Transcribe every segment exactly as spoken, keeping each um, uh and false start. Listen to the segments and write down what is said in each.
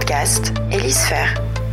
podcast Hélisphère.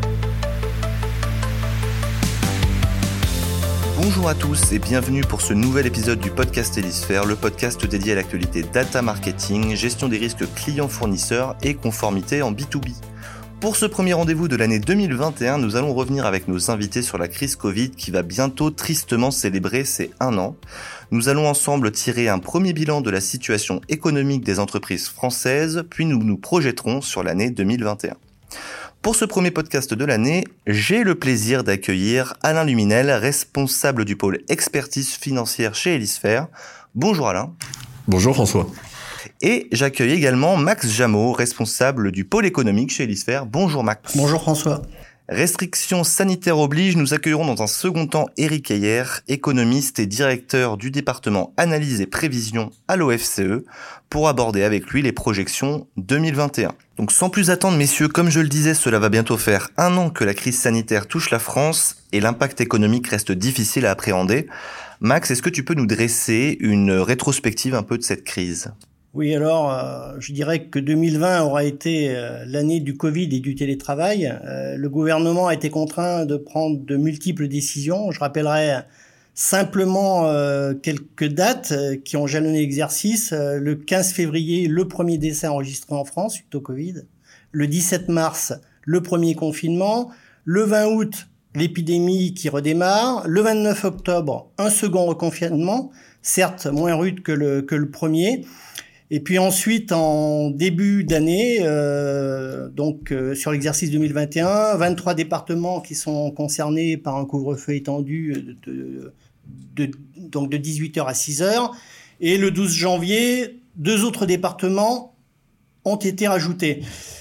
Bonjour à tous et bienvenue pour ce nouvel épisode du podcast Hélisphère, le podcast dédié à l'actualité data marketing, gestion des risques clients-fournisseurs et conformité en B deux B. Pour ce premier rendez-vous de l'année deux mille vingt et un, nous allons revenir avec nos invités sur la crise Covid qui va bientôt tristement célébrer ses un an. Nous allons ensemble tirer un premier bilan de la situation économique des entreprises françaises, puis nous nous projetterons sur l'année deux mille vingt et un. Pour ce premier podcast de l'année, j'ai le plaisir d'accueillir Alain Luminel, responsable du pôle expertise financière chez Hélisphère. Bonjour Alain. Bonjour François. Et j'accueille également Max Jameau, responsable du pôle économique chez Hélisphère. Bonjour Max. Bonjour François. Restrictions sanitaires oblige, nous accueillerons dans un second temps Éric Heyer, économiste et directeur du département Analyse et Prévision à l'O F C E, pour aborder avec lui les projections deux mille vingt et un. Donc sans plus attendre messieurs, comme je le disais, cela va bientôt faire un an que la crise sanitaire touche la France et l'impact économique reste difficile à appréhender. Max, est-ce que tu peux nous dresser une rétrospective un peu de cette crise ? Oui, alors, euh, je dirais que deux mille vingt aura été euh, l'année du Covid et du télétravail. Euh, le gouvernement a été contraint de prendre de multiples décisions. Je rappellerai simplement euh, quelques dates euh, qui ont jalonné l'exercice. Euh, le quinze février, le premier décès enregistré en France suite au Covid. Le dix-sept mars, le premier confinement. Le vingt août, l'épidémie qui redémarre. Le vingt-neuf octobre, un second reconfinement, certes moins rude que le, que le premier. Et puis ensuite, en début d'année, euh, donc euh, sur l'exercice deux mille vingt et un, vingt-trois départements qui sont concernés par un couvre-feu étendu de, de, donc de dix-huit heures à six heures. Et le douze janvier, deux autres départements ont été rajoutés.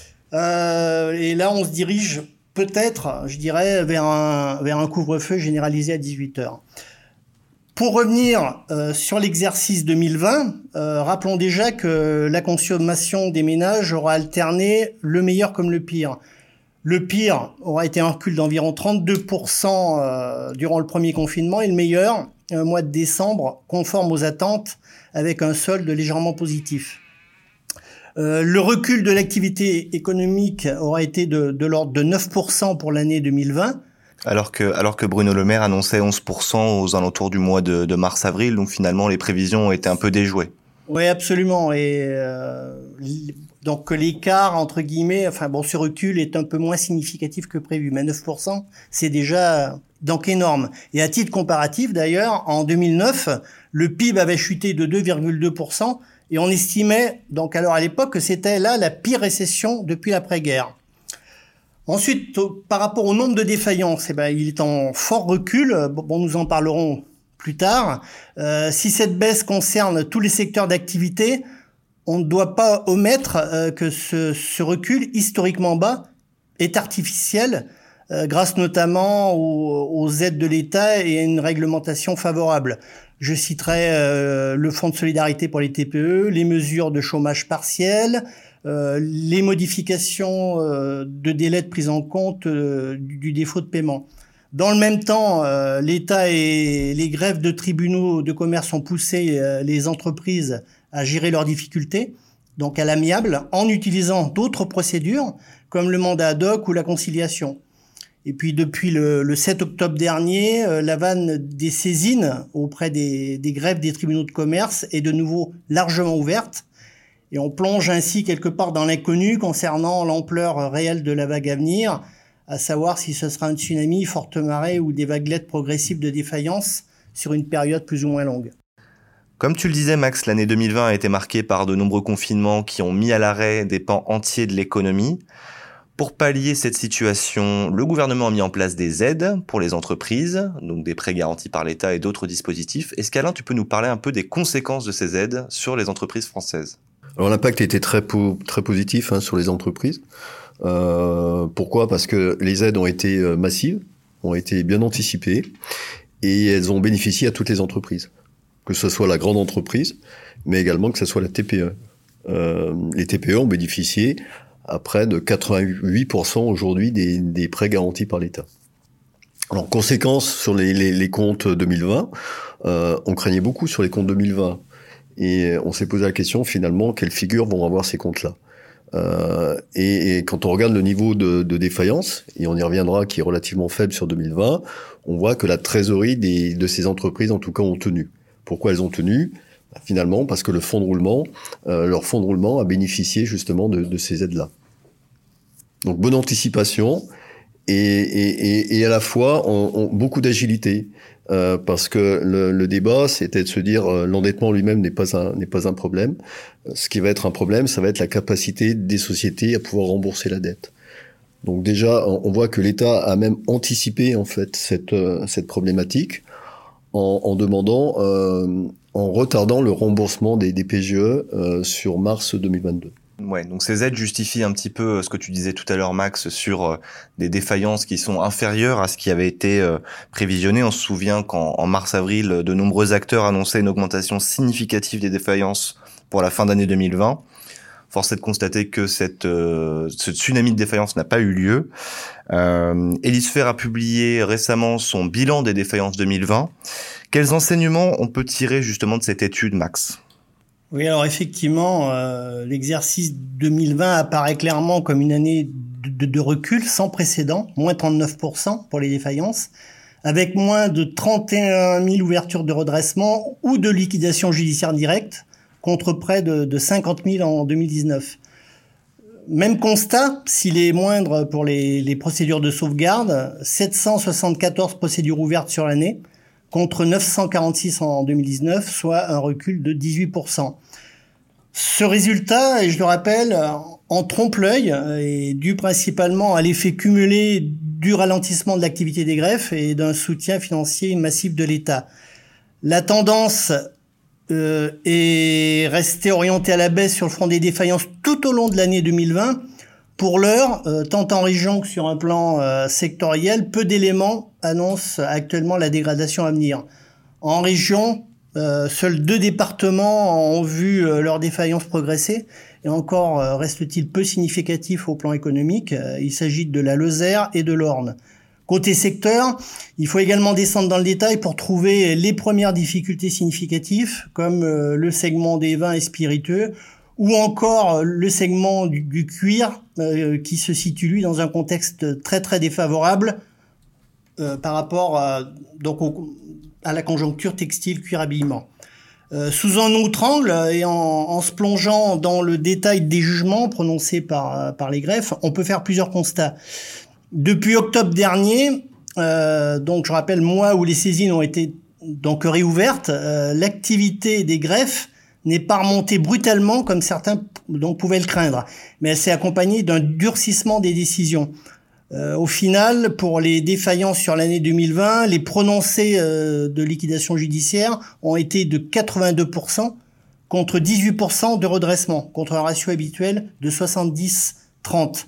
Euh, et là, on se dirige peut-être, je dirais, vers un, vers un couvre-feu généralisé à dix-huit heures. Pour revenir euh, sur l'exercice deux mille vingt, euh, rappelons déjà que la consommation des ménages aura alterné le meilleur comme le pire. Le pire aura été un recul d'environ trente-deux pour cent euh, durant le premier confinement et le meilleur, un mois de décembre, conforme aux attentes avec un solde légèrement positif. Euh, le recul de l'activité économique aura été de, de l'ordre de neuf pour cent pour l'année deux mille vingt, Alors que, alors que Bruno Le Maire annonçait onze pour cent aux alentours du mois de, de mars-avril, donc finalement les prévisions ont été un peu déjouées. Oui, absolument. Et euh, donc l'écart entre guillemets, enfin bon, ce recul est un peu moins significatif que prévu, mais neuf pour cent, c'est déjà donc énorme. Et à titre comparatif, d'ailleurs, en deux mille neuf, le P I B avait chuté de deux virgule deux pour cent et on estimait donc alors à l'époque que c'était là la pire récession depuis l'après-guerre. Ensuite, par rapport au nombre de défaillances, eh ben, il est en fort recul. Bon, nous en parlerons plus tard. Euh, si cette baisse concerne tous les secteurs d'activité, on ne doit pas omettre euh, que ce, ce recul historiquement bas est artificiel, euh, grâce notamment aux, aux aides de l'État et à une réglementation favorable. Je citerai euh, le Fonds de solidarité pour les T P E, les mesures de chômage partiel, Euh, les modifications euh, de délai de prise en compte euh, du, du défaut de paiement. Dans le même temps, euh, l'État et les greffes de tribunaux de commerce ont poussé euh, les entreprises à gérer leurs difficultés, donc à l'amiable, en utilisant d'autres procédures comme le mandat ad hoc ou la conciliation. Et puis depuis le, le sept octobre dernier, euh, la vanne des saisines auprès des, des greffes des tribunaux de commerce est de nouveau largement ouverte. Et on plonge ainsi quelque part dans l'inconnu concernant l'ampleur réelle de la vague à venir, à savoir si ce sera un tsunami, forte marée ou des vaguelettes progressives de défaillance sur une période plus ou moins longue. Comme tu le disais Max, l'année deux mille vingt a été marquée par de nombreux confinements qui ont mis à l'arrêt des pans entiers de l'économie. Pour pallier cette situation, le gouvernement a mis en place des aides pour les entreprises, donc des prêts garantis par l'État et d'autres dispositifs. Est-ce qu'Alain, tu peux nous parler un peu des conséquences de ces aides sur les entreprises françaises ? Alors l'impact était très po- très positif hein, sur les entreprises. Euh, pourquoi ? Parce que les aides ont été euh, massives, ont été bien anticipées et elles ont bénéficié à toutes les entreprises, que ce soit la grande entreprise, mais également que ce soit la T P E. Euh, les T P E ont bénéficié à près de quatre-vingt-huit pour cent aujourd'hui des, des prêts garantis par l'État. Alors conséquence sur les, les, les comptes deux mille vingt, euh, on craignait beaucoup sur les comptes deux mille vingt. Et on s'est posé la question, finalement, quelles figures vont avoir ces comptes-là ? Euh, et, et quand on regarde le niveau de, de défaillance, et on y reviendra, qui est relativement faible sur deux mille vingt, on voit que la trésorerie des, de ces entreprises, en tout cas, ont tenu. Pourquoi elles ont tenu ? Finalement, parce que le fonds de roulement, euh, leur fonds de roulement a bénéficié justement de, de ces aides-là. Donc, bonne anticipation et, et, et, et à la fois on, on, beaucoup d'agilité. Euh, parce que le, le débat, c'était de se dire euh, l'endettement lui-même n'est pas un n'est pas un problème. Ce qui va être un problème, ça va être la capacité des sociétés à pouvoir rembourser la dette. Donc déjà, on, on voit que l'État a même anticipé en fait cette euh, cette problématique en, en demandant, euh, en retardant le remboursement des, des P G E euh, sur mars deux mille vingt-deux. Ouais, donc ces aides justifient un petit peu ce que tu disais tout à l'heure, Max, sur euh, des défaillances qui sont inférieures à ce qui avait été euh, prévisionné. On se souvient qu'en en mars-avril, de nombreux acteurs annonçaient une augmentation significative des défaillances pour la fin d'année deux mille vingt. Force est de constater que cette, euh, ce tsunami de défaillances n'a pas eu lieu. Euh, Elisfer a publié récemment son bilan des défaillances deux mille vingt. Quels enseignements on peut tirer justement de cette étude, Max ? Oui, alors effectivement, euh, l'exercice deux mille vingt apparaît clairement comme une année de, de, de recul sans précédent, moins trente-neuf pour cent pour les défaillances, avec moins de trente et un mille ouvertures de redressement ou de liquidation judiciaire directe, contre près de, de cinquante mille en deux mille dix-neuf. Même constat, s'il est moindre pour les, les procédures de sauvegarde, sept cent soixante-quatorze procédures ouvertes sur l'année, contre neuf cent quarante-six en deux mille dix-neuf, soit un recul de dix-huit pour cent. Ce résultat, et je le rappelle, en trompe-l'œil, est dû principalement à l'effet cumulé du ralentissement de l'activité des greffes et d'un soutien financier massif de l'État. La tendance euh, est restée orientée à la baisse sur le front des défaillances tout au long de l'année deux mille vingt. Pour l'heure, euh, tant en région que sur un plan euh, sectoriel, peu d'éléments annoncent actuellement la dégradation à venir. En région, euh, seuls deux départements ont vu euh, leur défaillance progresser, et encore euh, reste-t-il peu significatif au plan économique. Euh, il s'agit de la Lozère et de l'Orne. Côté secteur, il faut également descendre dans le détail pour trouver les premières difficultés significatives, comme euh, le segment des vins et spiritueux, ou encore le segment du, du cuir euh, qui se situe lui dans un contexte très très défavorable euh, par rapport à, donc au, à la conjoncture textile cuir habillement. Euh, sous un autre angle et en, en se plongeant dans le détail des jugements prononcés par par les greffes, on peut faire plusieurs constats. Depuis octobre dernier, euh, donc je rappelle mois où les saisines ont été donc réouvertes, euh, l'activité des greffes n'est pas remontée brutalement comme certains donc pouvaient le craindre, mais elle s'est accompagnée d'un durcissement des décisions. Euh, au final, pour les défaillances sur l'année deux mille vingt, les prononcés euh, de liquidation judiciaire ont été de quatre-vingt-deux pour cent contre dix-huit pour cent de redressement, contre un ratio habituel de soixante-dix trente.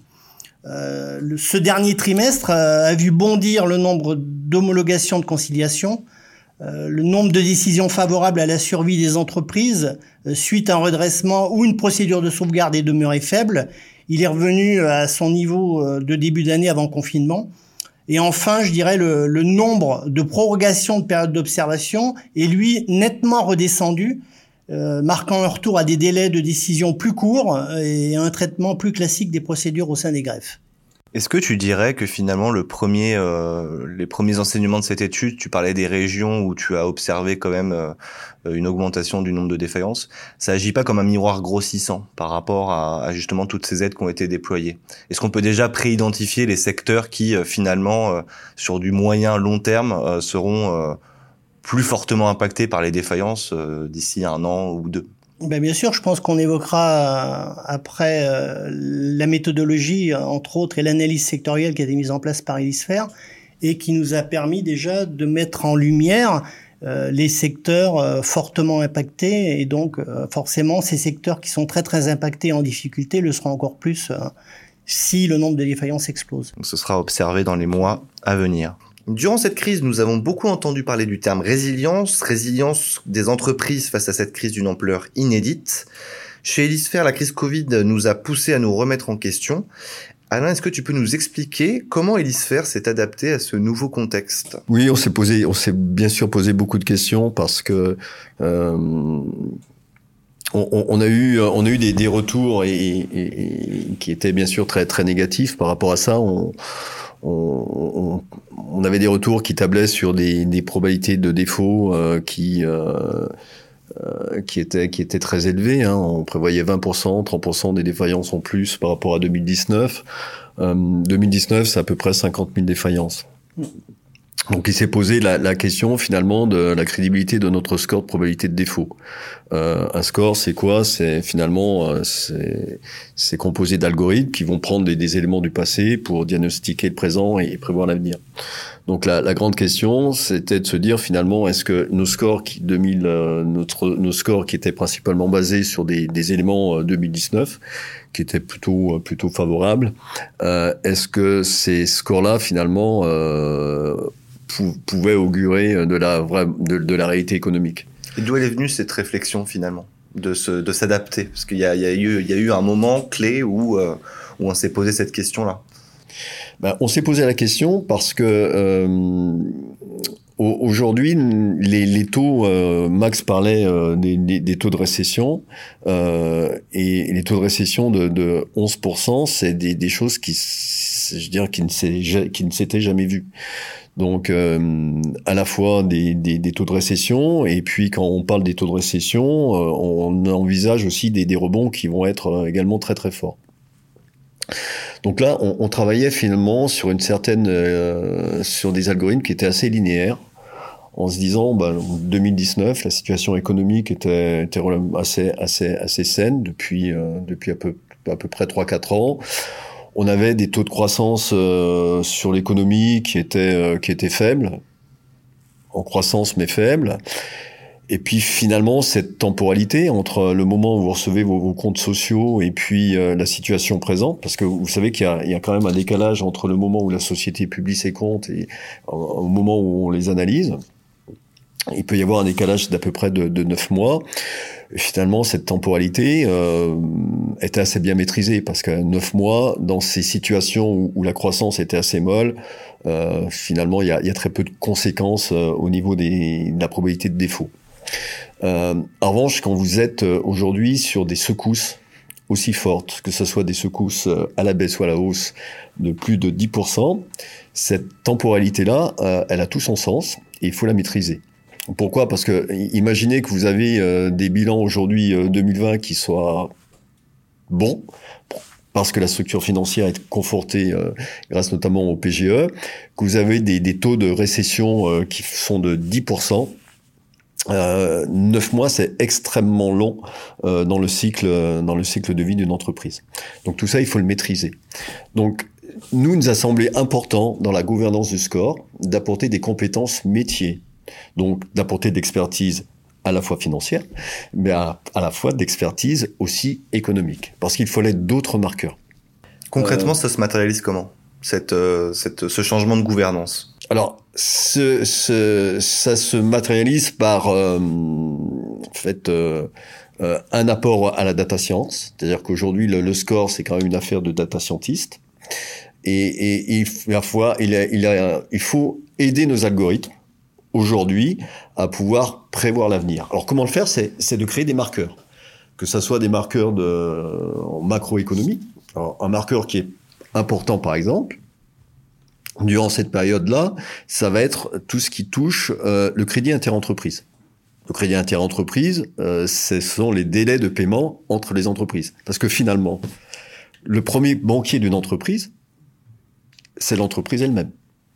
Euh, le, ce dernier trimestre euh, a vu bondir le nombre d'homologations de conciliation. Euh, le nombre de décisions favorables à la survie des entreprises euh, suite à un redressement ou une procédure de sauvegarde est demeuré faible. Il est revenu à son niveau euh, de début d'année avant confinement. Et enfin, je dirais le, le nombre de prorogations de période d'observation est lui nettement redescendu, euh, marquant un retour à des délais de décision plus courts et un traitement plus classique des procédures au sein des greffes. Est-ce que tu dirais que finalement le premier, euh, les premiers enseignements de cette étude, tu parlais des régions où tu as observé quand même euh, une augmentation du nombre de défaillances, ça agit pas comme un miroir grossissant par rapport à, à justement toutes ces aides qui ont été déployées? Est-ce qu'on peut déjà pré-identifier les secteurs qui euh, finalement euh, sur du moyen long terme euh, seront euh, plus fortement impactés par les défaillances euh, d'ici un an ou deux? Ben bien sûr, je pense qu'on évoquera euh, après euh, la méthodologie, entre autres, et l'analyse sectorielle qui a été mise en place par Elisfer et qui nous a permis déjà de mettre en lumière euh, les secteurs euh, fortement impactés, et donc euh, forcément ces secteurs qui sont très très impactés en difficulté le seront encore plus euh, si le nombre de défaillances explose. Donc ce sera observé dans les mois à venir. Durant cette crise, nous avons beaucoup entendu parler du terme résilience, résilience des entreprises face à cette crise d'une ampleur inédite. Chez Elisfer, la crise Covid nous a poussé à nous remettre en question. Alain, est-ce que tu peux nous expliquer comment Elisfer s'est adapté à ce nouveau contexte? Oui, on s'est posé, on s'est bien sûr posé beaucoup de questions parce que euh, on, on a eu, on a eu des, des retours et, et, et qui étaient bien sûr très très négatifs par rapport à ça. On, on, on avait des retours qui tablaient sur des, des probabilités de défaut euh, qui euh, euh, qui étaient qui étaient très élevées. Hein. On prévoyait vingt pour cent, trente pour cent des défaillances en plus par rapport à deux mille dix-neuf. Euh, deux mille dix-neuf, c'est à peu près cinquante mille défaillances. Donc il s'est posé la, la question finalement de la crédibilité de notre score de probabilité de défaut. Euh, un score, c'est quoi ? C'est finalement euh, c'est, c'est composé d'algorithmes qui vont prendre des, des éléments du passé pour diagnostiquer le présent et, et prévoir l'avenir. Donc la, la grande question, c'était de se dire finalement, est-ce que nos scores qui deux mille, euh, notre nos scores qui étaient principalement basés sur des, des éléments euh, deux mille dix-neuf, qui étaient plutôt plutôt favorables, euh, est-ce que ces scores-là finalement euh, pouvait augurer de la vraie, de, de la réalité économique. Et d'où elle est venue cette réflexion finalement de se, de s'adapter, parce qu'il y a, il y a eu, il y a eu un moment clé où, euh, où on s'est posé cette question-là. Ben, on s'est posé la question parce que euh, aujourd'hui, les, les taux, euh, Max parlait euh, des, des, des taux de récession, euh, et les taux de récession de, de onze pour cent, c'est des, des choses qui, je dirais, qui ne, s'est, qui ne s'étaient jamais vues. Donc, euh, à la fois des, des, des taux de récession, et puis quand on parle des taux de récession, euh, on envisage aussi des, des rebonds qui vont être également très très forts. Donc là, on, on travaillait finalement sur une certaine, euh, sur des algorithmes qui étaient assez linéaires, en se disant, bah, en deux mille dix-neuf, la situation économique était, était assez, assez, assez saine depuis, euh, depuis à peu, à peu près trois à quatre ans. On avait des taux de croissance euh, sur l'économie qui étaient, euh, qui étaient faibles, en croissance mais faibles. Et puis finalement, cette temporalité entre le moment où vous recevez vos, vos comptes sociaux et puis euh, la situation présente, parce que vous savez qu'il y a, il y a quand même un décalage entre le moment où la société publie ses comptes et euh, au moment où on les analyse. Il peut y avoir un décalage d'à peu près de, de neuf mois. Et finalement, cette temporalité euh, était assez bien maîtrisée, parce que neuf mois, dans ces situations où, où la croissance était assez molle, euh, finalement, il y a, il y a très peu de conséquences euh, au niveau des, de la probabilité de défaut. Euh, en revanche, quand vous êtes aujourd'hui sur des secousses aussi fortes, que ce soit des secousses à la baisse ou à la hausse de plus de dix pour cent, cette temporalité-là, euh, elle a tout son sens et il faut la maîtriser. Pourquoi ? Parce que imaginez que vous avez euh, des bilans aujourd'hui euh, deux mille vingt qui soient bons, parce que la structure financière est confortée euh, grâce notamment au P G E, que vous avez des, des taux de récession euh, qui sont de dix pour cent. Euh, neuf mois, c'est extrêmement long euh, dans le cycle, dans le cycle de vie d'une entreprise. Donc tout ça, il faut le maîtriser. Donc nous, il nous a semblé important dans la gouvernance du score d'apporter des compétences métiers. Donc d'apporter d'expertise à la fois financière, mais à, à la fois d'expertise aussi économique, parce qu'il fallait d'autres marqueurs. Concrètement, euh, ça se matérialise comment, cette, euh, cette, ce changement de gouvernance ? Alors, ce, ce, ça se matérialise par euh, en fait euh, euh, un apport à la data science, c'est-à-dire qu'aujourd'hui le, le score c'est quand même une affaire de data scientist, et, et, et à la fois il, a, il, a, il faut aider nos algorithmes aujourd'hui à pouvoir prévoir l'avenir. Alors comment le faire ? C'est, c'est de créer des marqueurs, que ça soit des marqueurs de en macroéconomie. Alors, un marqueur qui est important par exemple, durant cette période-là, ça va être tout ce qui touche euh, le crédit interentreprise. Le crédit interentreprise, euh, ce sont les délais de paiement entre les entreprises. Parce que finalement, le premier banquier d'une entreprise, c'est l'entreprise elle-même.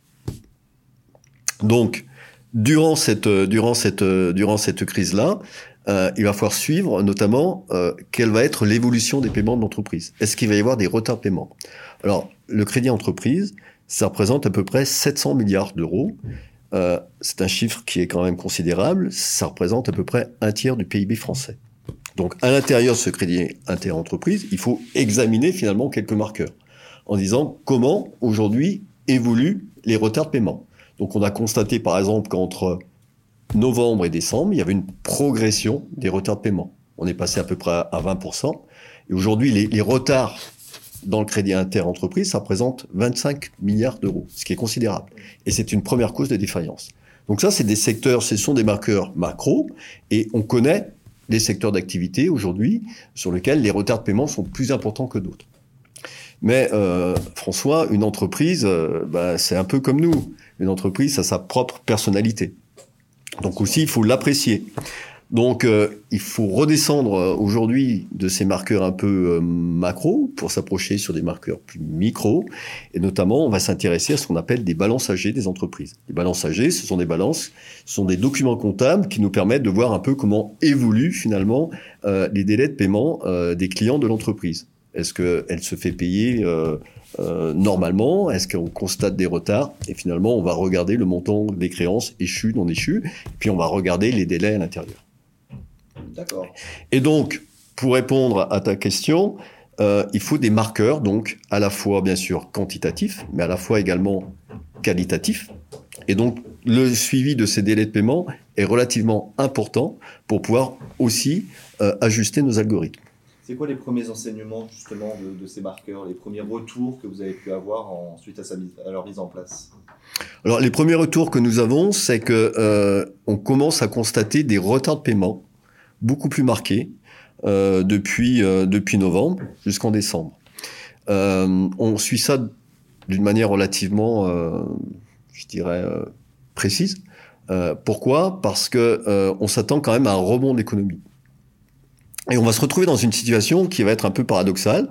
Donc, durant cette, durant cette, durant cette crise-là, euh, il va falloir suivre notamment euh, quelle va être l'évolution des paiements de l'entreprise. Est-ce qu'il va y avoir des retards de paiement ? Alors, le crédit entreprise, ça représente à peu près sept cents milliards d'euros. Euh, c'est un chiffre qui est quand même considérable. Ça représente à peu près un tiers du P I B français. Donc, à l'intérieur de ce crédit interentreprise, il faut examiner finalement quelques marqueurs en disant comment aujourd'hui évoluent les retards de paiement. Donc, on a constaté par exemple qu'entre novembre et décembre, il y avait une progression des retards de paiement. On est passé à peu près à vingt pour cent. Et aujourd'hui, les, les retards dans le crédit interentreprise, ça représente vingt-cinq milliards d'euros, ce qui est considérable. Et c'est une première cause de défaillance. Donc ça, c'est des secteurs, ce sont des marqueurs macro, et on connaît des secteurs d'activité aujourd'hui sur lesquels les retards de paiement sont plus importants que d'autres. Mais euh, François, une entreprise, euh, bah, c'est un peu comme nous. Une entreprise, ça a sa propre personnalité. Donc aussi, il faut l'apprécier. Donc, euh, il faut redescendre euh, aujourd'hui de ces marqueurs un peu euh, macro pour s'approcher sur des marqueurs plus micro. Et notamment, on va s'intéresser à ce qu'on appelle des balances âgées des entreprises. Les balances âgées, ce sont des balances, ce sont des documents comptables qui nous permettent de voir un peu comment évoluent finalement euh, les délais de paiement euh, des clients de l'entreprise. Est-ce qu'elle se fait payer euh, euh, normalement? Est-ce qu'on constate des retards? Et finalement, on va regarder le montant des créances échues, non échues. Et puis, on va regarder les délais à l'intérieur. D'accord. Et donc, pour répondre à ta question, euh, il faut des marqueurs, donc à la fois bien sûr quantitatifs, mais à la fois également qualitatifs. Et donc, le suivi de ces délais de paiement est relativement important pour pouvoir aussi euh, ajuster nos algorithmes. C'est quoi les premiers enseignements justement de, de ces marqueurs, les premiers retours que vous avez pu avoir en, suite à, sa mise, à leur mise en place? Alors, les premiers retours que nous avons, c'est que euh, on commence à constater des retards de paiement beaucoup plus marqués euh, depuis, euh, depuis novembre jusqu'en décembre. Euh, on suit ça d'une manière relativement, euh, je dirais, euh, précise. Euh, pourquoi ? Parce que euh, on s'attend quand même à un rebond de l'économie. Et on va se retrouver dans une situation qui va être un peu paradoxale.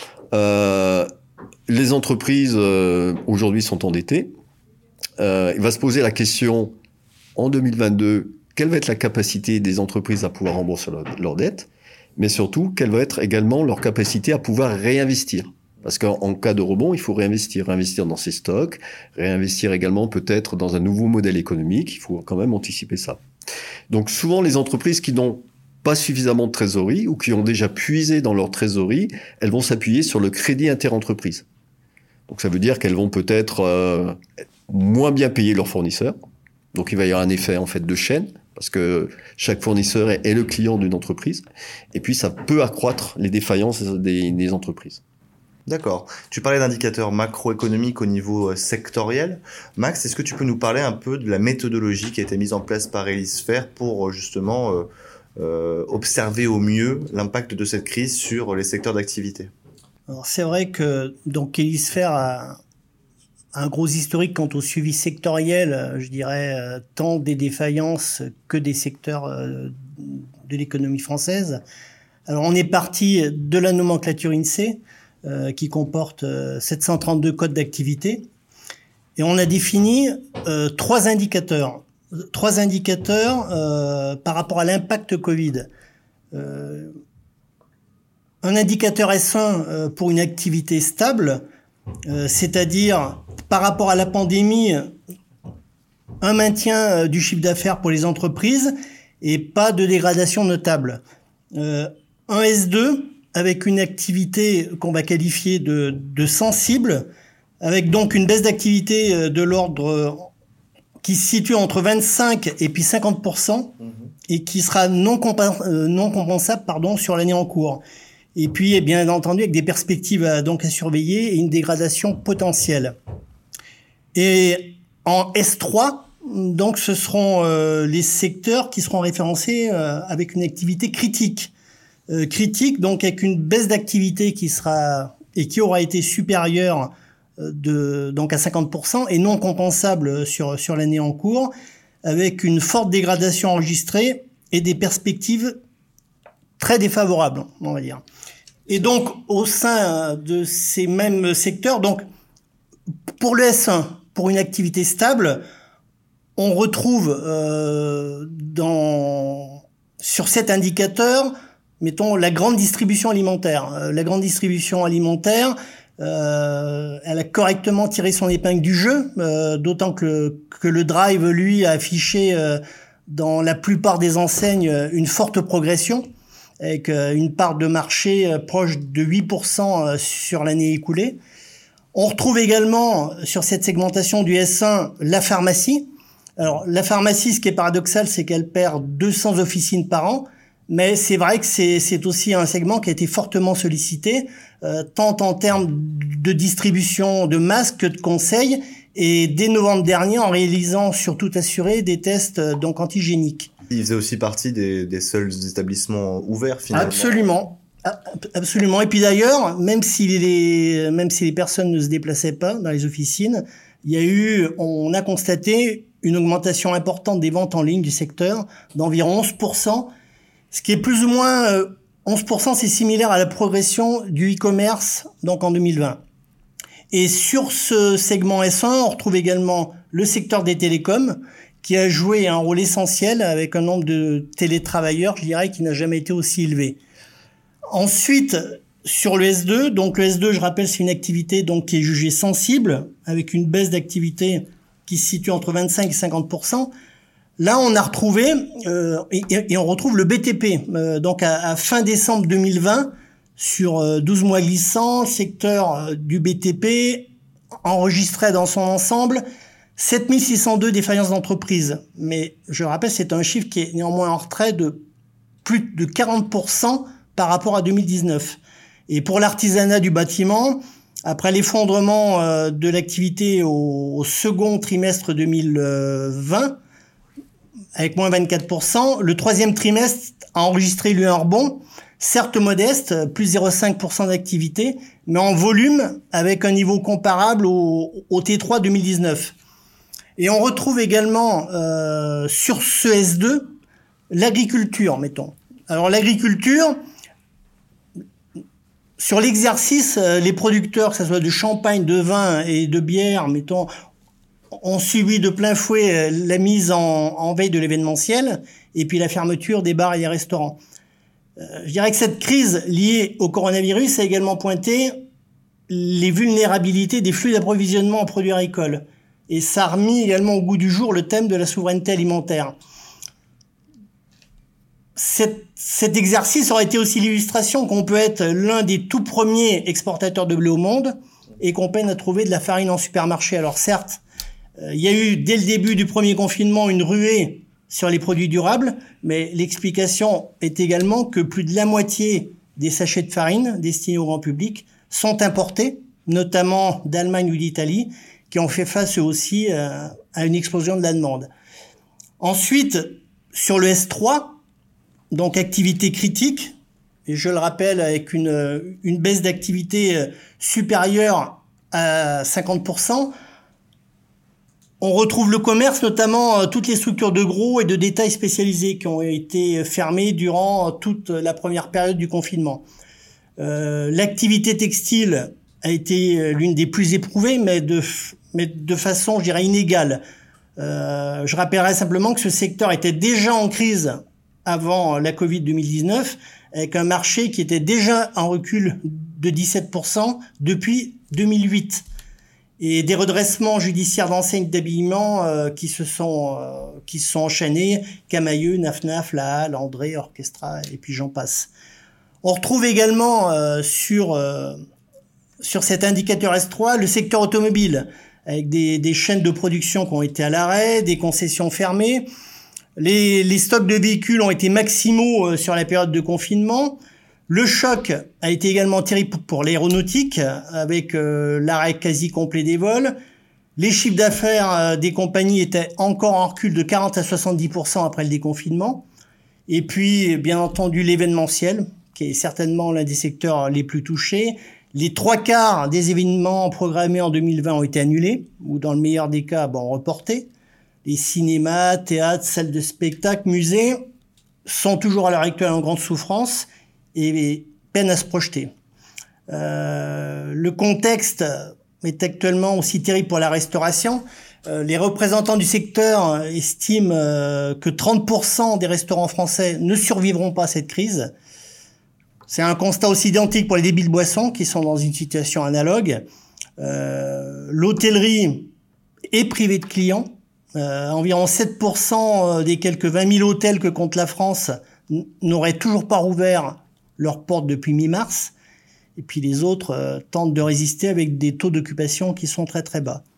Euh, les entreprises, euh, aujourd'hui, sont endettées. Euh, il va se poser la question, en deux mille vingt-deux, quelle va être la capacité des entreprises à pouvoir rembourser leurs leur dettes, mais surtout, quelle va être également leur capacité à pouvoir réinvestir. Parce qu'en en cas de rebond, il faut réinvestir. Réinvestir dans ses stocks, réinvestir également peut-être dans un nouveau modèle économique. Il faut quand même anticiper ça. Donc souvent, les entreprises qui n'ont pas suffisamment de trésorerie ou qui ont déjà puisé dans leur trésorerie, elles vont s'appuyer sur le crédit interentreprise. Donc ça veut dire qu'elles vont peut-être euh, moins bien payer leurs fournisseurs. Donc il va y avoir un effet en fait de chaîne, parce que chaque fournisseur est, est le client d'une entreprise. Et puis ça peut accroître les défaillances des, des entreprises. D'accord. Tu parlais d'indicateurs macroéconomiques au niveau sectoriel. Max, est-ce que tu peux nous parler un peu de la méthodologie qui a été mise en place par Elisphère pour justement euh, euh, observer au mieux l'impact de cette crise sur les secteurs d'activité? Alors c'est vrai que donc Elisphère a un gros historique quant au suivi sectoriel, je dirais, euh, tant des défaillances que des secteurs euh, de l'économie française. Alors on est parti de la nomenclature INSEE, euh, qui comporte euh, sept cent trente-deux codes d'activité, et on a défini euh, trois indicateurs. Trois indicateurs euh, par rapport à l'impact Covid. Euh, un indicateur S un euh, pour une activité stable, euh, c'est-à-dire par rapport à la pandémie, un maintien euh, du chiffre d'affaires pour les entreprises et pas de dégradation notable. Euh, un S deux avec une activité qu'on va qualifier de, de sensible, avec donc une baisse d'activité euh, de l'ordre euh, qui se situe entre vingt-cinq et puis cinquante pour cent mmh. et qui sera non, compa- euh, non compensable pardon, sur l'année en cours. Et puis, eh bien entendu, avec des perspectives à, donc à surveiller et une dégradation potentielle. Et en S trois, donc ce seront euh, les secteurs qui seront référencés euh, avec une activité critique. Euh, critique, donc avec une baisse d'activité qui sera et qui aura été supérieure de donc à cinquante pour cent et non compensable sur sur l'année en cours, avec une forte dégradation enregistrée et des perspectives très défavorables, on va dire. Et donc au sein de ces mêmes secteurs, donc pour le S un, pour une activité stable, on retrouve euh, dans sur cet indicateur, mettons la grande distribution alimentaire. Euh, la grande distribution alimentaire, Euh, elle a correctement tiré son épingle du jeu, euh, d'autant que, que le drive, lui, a affiché euh, dans la plupart des enseignes une forte progression, avec euh, une part de marché euh, proche de huit pour cent euh, sur l'année écoulée. On retrouve également sur cette segmentation du S un la pharmacie. Alors la pharmacie, ce qui est paradoxal, c'est qu'elle perd deux cents officines par an. Mais c'est vrai que c'est, c'est aussi un segment qui a été fortement sollicité, euh, tant en termes de distribution de masques que de conseils, et dès novembre dernier en réalisant sur tout assuré des tests euh, donc antigéniques. Il faisait aussi partie des, des seuls établissements ouverts, finalement. Absolument. Absolument. Et puis d'ailleurs, même si les, même si les personnes ne se déplaçaient pas dans les officines, il y a eu, on a constaté une augmentation importante des ventes en ligne du secteur d'environ onze pour cent, ce qui est plus ou moins, euh, onze pour cent, c'est similaire à la progression du e-commerce, donc en deux mille vingt. Et sur ce segment S un, on retrouve également le secteur des télécoms, qui a joué un rôle essentiel avec un nombre de télétravailleurs, je dirais, qui n'a jamais été aussi élevé. Ensuite, sur le S deux, donc le S deux, je rappelle, c'est une activité donc qui est jugée sensible, avec une baisse d'activité qui se situe entre vingt-cinq et cinquante pour cent. Là, on a retrouvé, euh, et, et on retrouve le B T P. Euh, donc à, à fin décembre deux mille vingt, sur euh, douze mois glissants, le secteur euh, du B T P enregistrait dans son ensemble sept mille six cent deux défaillances d'entreprise. Mais je rappelle, c'est un chiffre qui est néanmoins en retrait de plus de quarante pour cent par rapport à deux mille dix-neuf. Et pour l'artisanat du bâtiment, après l'effondrement euh, de l'activité au, au second trimestre deux mille vingt, avec moins vingt-quatre pour cent, le troisième trimestre a enregistré lui un rebond, certes modeste, plus zéro virgule cinq pour cent d'activité, mais en volume avec un niveau comparable au, au T trois deux mille dix-neuf. Et on retrouve également euh, sur ce S deux l'agriculture, mettons. Alors l'agriculture, sur l'exercice, les producteurs, que ce soit de champagne, de vin et de bière, mettons, ont subi de plein fouet la mise en, en veille de l'événementiel et puis la fermeture des bars et des restaurants. Euh, je dirais que cette crise liée au coronavirus a également pointé les vulnérabilités des flux d'approvisionnement en produits agricoles. Et ça a remis également au goût du jour le thème de la souveraineté alimentaire. Cet, cet exercice aurait été aussi l'illustration qu'on peut être l'un des tout premiers exportateurs de blé au monde et qu'on peine à trouver de la farine en supermarché. Alors certes, euh, il y a eu dès le début du premier confinement une ruée sur les produits durables, mais l'explication est également que plus de la moitié des sachets de farine destinés au grand public sont importés, notamment d'Allemagne ou d'Italie, qui ont fait face eux aussi euh, à une explosion de la demande. Ensuite, sur le S trois, donc activité critique, et je le rappelle avec une, une baisse d'activité supérieure à cinquante pour cent, on retrouve le commerce, notamment toutes les structures de gros et de détail spécialisés qui ont été fermées durant toute la première période du confinement. Euh, l'activité textile a été l'une des plus éprouvées, mais de, mais de façon, je dirais, inégale. Euh, je rappellerai simplement que ce secteur était déjà en crise avant la Covid deux mille dix-neuf, avec un marché qui était déjà en recul de dix-sept pour cent depuis deux mille huit. Et des redressements judiciaires d'enseignes d'habillement euh, qui se sont euh, qui se sont enchaînés, Camaïeu, Naf-Naf, La Halle, André, Orchestra, et puis j'en passe. On retrouve également euh, sur euh, sur cet indicateur S trois le secteur automobile, avec des, des chaînes de production qui ont été à l'arrêt, des concessions fermées. Les, les stocks de véhicules ont été maximaux euh, sur la période de confinement. Le choc a été également terrible pour l'aéronautique, avec euh, l'arrêt quasi complet des vols. Les chiffres d'affaires euh, des compagnies étaient encore en recul de quarante à soixante-dix pour cent après le déconfinement. Et puis, bien entendu, l'événementiel, qui est certainement l'un des secteurs les plus touchés. Les trois quarts des événements programmés en deux mille vingt ont été annulés, ou dans le meilleur des cas, bon, reportés. Les cinémas, théâtres, salles de spectacle, musées sont toujours à l'heure actuelle en grande souffrance et peinent à se projeter. Euh, le contexte est actuellement aussi terrible pour la restauration. Euh, les représentants du secteur estiment euh, que trente pour cent des restaurants français ne survivront pas à cette crise. C'est un constat aussi identique pour les débits de boissons qui sont dans une situation analogue. Euh, l'hôtellerie est privée de clients. Euh, environ sept pour cent des quelques vingt mille hôtels que compte la France n- n'auraient toujours pas rouvert leurs portes depuis mi-mars. Et puis les autres euh, tentent de résister avec des taux d'occupation qui sont très très bas.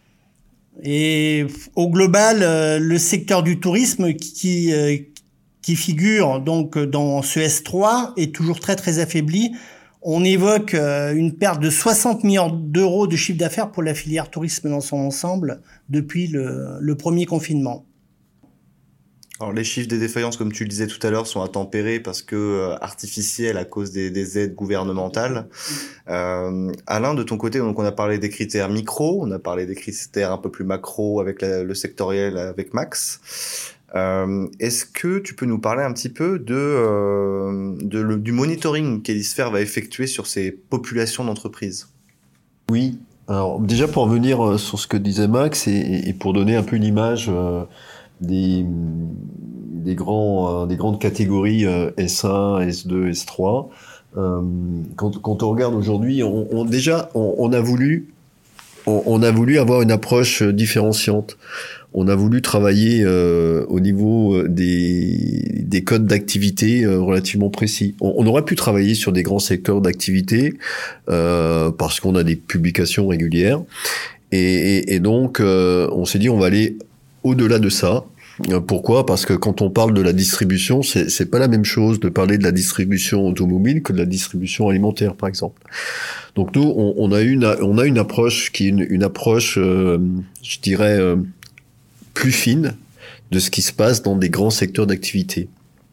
Et au global, euh, le secteur du tourisme qui, euh, qui figure donc dans ce S trois est toujours très très affaibli. On évoque euh, une perte de soixante millions d'euros de chiffre d'affaires pour la filière tourisme dans son ensemble depuis le, le premier confinement. Alors les chiffres des défaillances, comme tu le disais tout à l'heure, sont intempérés parce que euh, artificiels à cause des, des aides gouvernementales. Euh, Alain, de ton côté, donc on a parlé des critères micro, on a parlé des critères un peu plus macro avec la, le sectoriel avec Max. Euh, est-ce que tu peux nous parler un petit peu de, euh, de le, du monitoring qu'Elisphère va effectuer sur ces populations d'entreprises? Oui. Alors déjà pour revenir sur ce que disait Max et, et pour donner un peu l'image euh, des, des, grands, euh, des grandes catégories euh, S un, S deux, S trois. Euh, quand, quand on regarde aujourd'hui, on, on, déjà, on, on, a voulu, on, on a voulu avoir une approche différenciante. On a voulu travailler euh, au niveau des, des codes d'activité euh, relativement précis. On, on aurait pu travailler sur des grands secteurs d'activité euh, parce qu'on a des publications régulières. Et, et, et donc, euh, on s'est dit on va aller au-delà de ça. Pourquoi ? Parce que quand on parle de la distribution, c'est, c'est pas la même chose de parler de la distribution automobile que de la distribution alimentaire, par exemple. Donc nous, on, on a une, on a une approche qui est une, une approche, euh, je dirais, euh, plus fine de ce qui se passe dans des grands secteurs d'activité.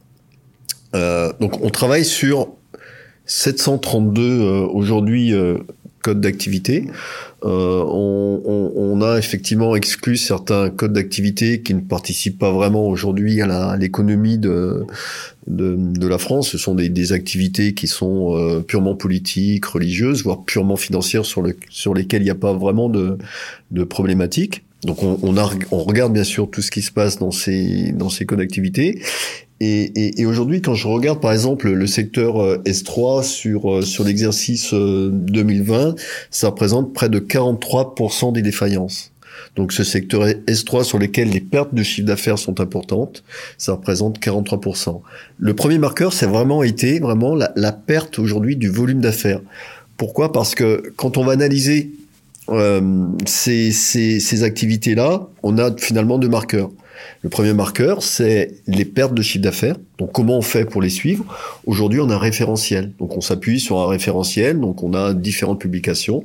Euh, donc on travaille sur sept cent trente-deux euh, aujourd'hui euh, codes d'activité. Euh, on, on, on a effectivement exclu certains codes d'activité qui ne participent pas vraiment aujourd'hui à, la, à l'économie de, de, de la France. Ce sont des, des activités qui sont euh, purement politiques, religieuses, voire purement financières sur, le, sur lesquelles il n'y a pas vraiment de, de problématique. Donc on, on, a, on regarde bien sûr tout ce qui se passe dans ces, dans ces codes d'activité. Et, et, et aujourd'hui, quand je regarde par exemple le secteur S trois sur sur l'exercice deux mille vingt, ça représente près de quarante-trois pour cent des défaillances. Donc ce secteur S trois sur lequel les pertes de chiffre d'affaires sont importantes, ça représente quarante-trois pour cent. Le premier marqueur, c'est vraiment été vraiment la, la perte aujourd'hui du volume d'affaires. Pourquoi ? Parce que quand on va analyser euh, ces, ces, ces activités-là, on a finalement deux marqueurs. Le premier marqueur, c'est les pertes de chiffre d'affaires. Donc, comment on fait pour les suivre ? Aujourd'hui, on a un référentiel. Donc, on s'appuie sur un référentiel. Donc, on a différentes publications.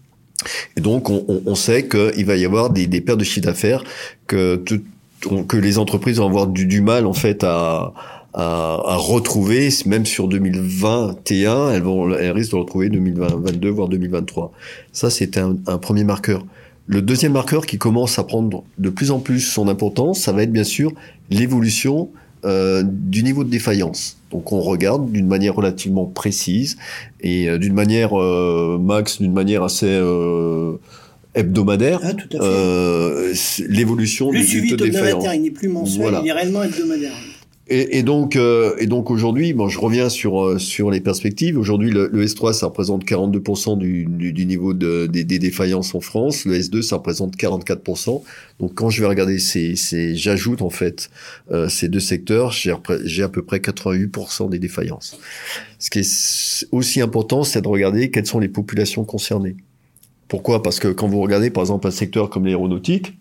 Et donc, on, on, on sait qu'il va y avoir des, des pertes de chiffre d'affaires que, tout, que les entreprises vont avoir du, du mal, en fait, à, à, à retrouver, même sur deux mille vingt et un, elles, vont, elles risquent de retrouver deux mille vingt-deux, voire deux mille vingt-trois. Ça, c'est un, un premier marqueur. Le deuxième marqueur qui commence à prendre de plus en plus son importance, ça va être bien sûr l'évolution euh, du niveau de défaillance. Donc on regarde d'une manière relativement précise et euh, d'une manière, euh, Max, d'une manière assez euh, hebdomadaire, ah, tout à fait. Euh, l'évolution du, du taux de défaillance. Le suivi hebdomadaire, il n'est plus mensuel, voilà. Il est réellement hebdomadaire. Et, et donc, euh, et donc aujourd'hui, bon, je reviens sur euh, sur les perspectives. Aujourd'hui, le, le S trois, ça représente quarante-deux pour cent du, du, du niveau de, des, des défaillances en France. Le S deux, ça représente quarante-quatre pour cent. Donc, quand je vais regarder ces, ces j'ajoute en fait euh, ces deux secteurs, j'ai, j'ai à peu près quatre-vingt-huit pour cent des défaillances. Ce qui est aussi important, c'est de regarder quelles sont les populations concernées. Pourquoi ? Parce que quand vous regardez, par exemple, un secteur comme l'aéronautique,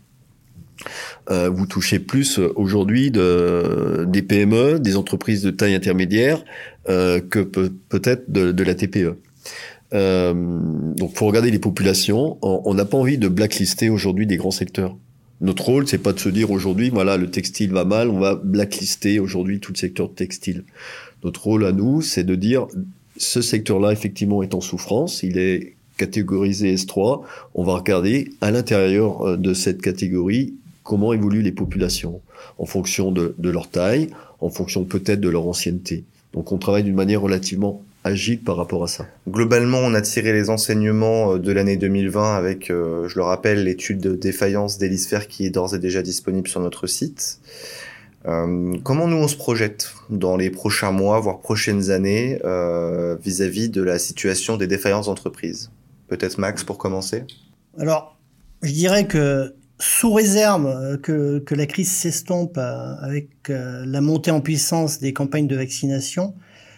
Euh, vous touchez plus euh, aujourd'hui de, des P M E, des entreprises de taille intermédiaire, euh, que pe- peut-être de, de la T P E. Euh, donc, pour regarder les populations, on n'a pas envie de blacklister aujourd'hui des grands secteurs. Notre rôle, c'est pas de se dire aujourd'hui, voilà, le textile va mal, on va blacklister aujourd'hui tout le secteur textile. Notre rôle à nous, c'est de dire, ce secteur-là, effectivement, est en souffrance, il est catégorisé S trois, on va regarder à l'intérieur de cette catégorie comment évoluent les populations, en fonction de, de leur taille, en fonction peut-être de leur ancienneté. Donc on travaille d'une manière relativement agile par rapport à ça. Globalement, on a tiré les enseignements de l'année deux mille vingt avec, euh, je le rappelle, l'étude de défaillance d'Elisphère qui est d'ores et déjà disponible sur notre site. Euh, comment nous on se projette dans les prochains mois, voire prochaines années, euh, vis-à-vis de la situation des défaillances d'entreprises ? Peut-être Max pour commencer ? Alors, je dirais que sous réserve que, que la crise s'estompe avec la montée en puissance des campagnes de vaccination,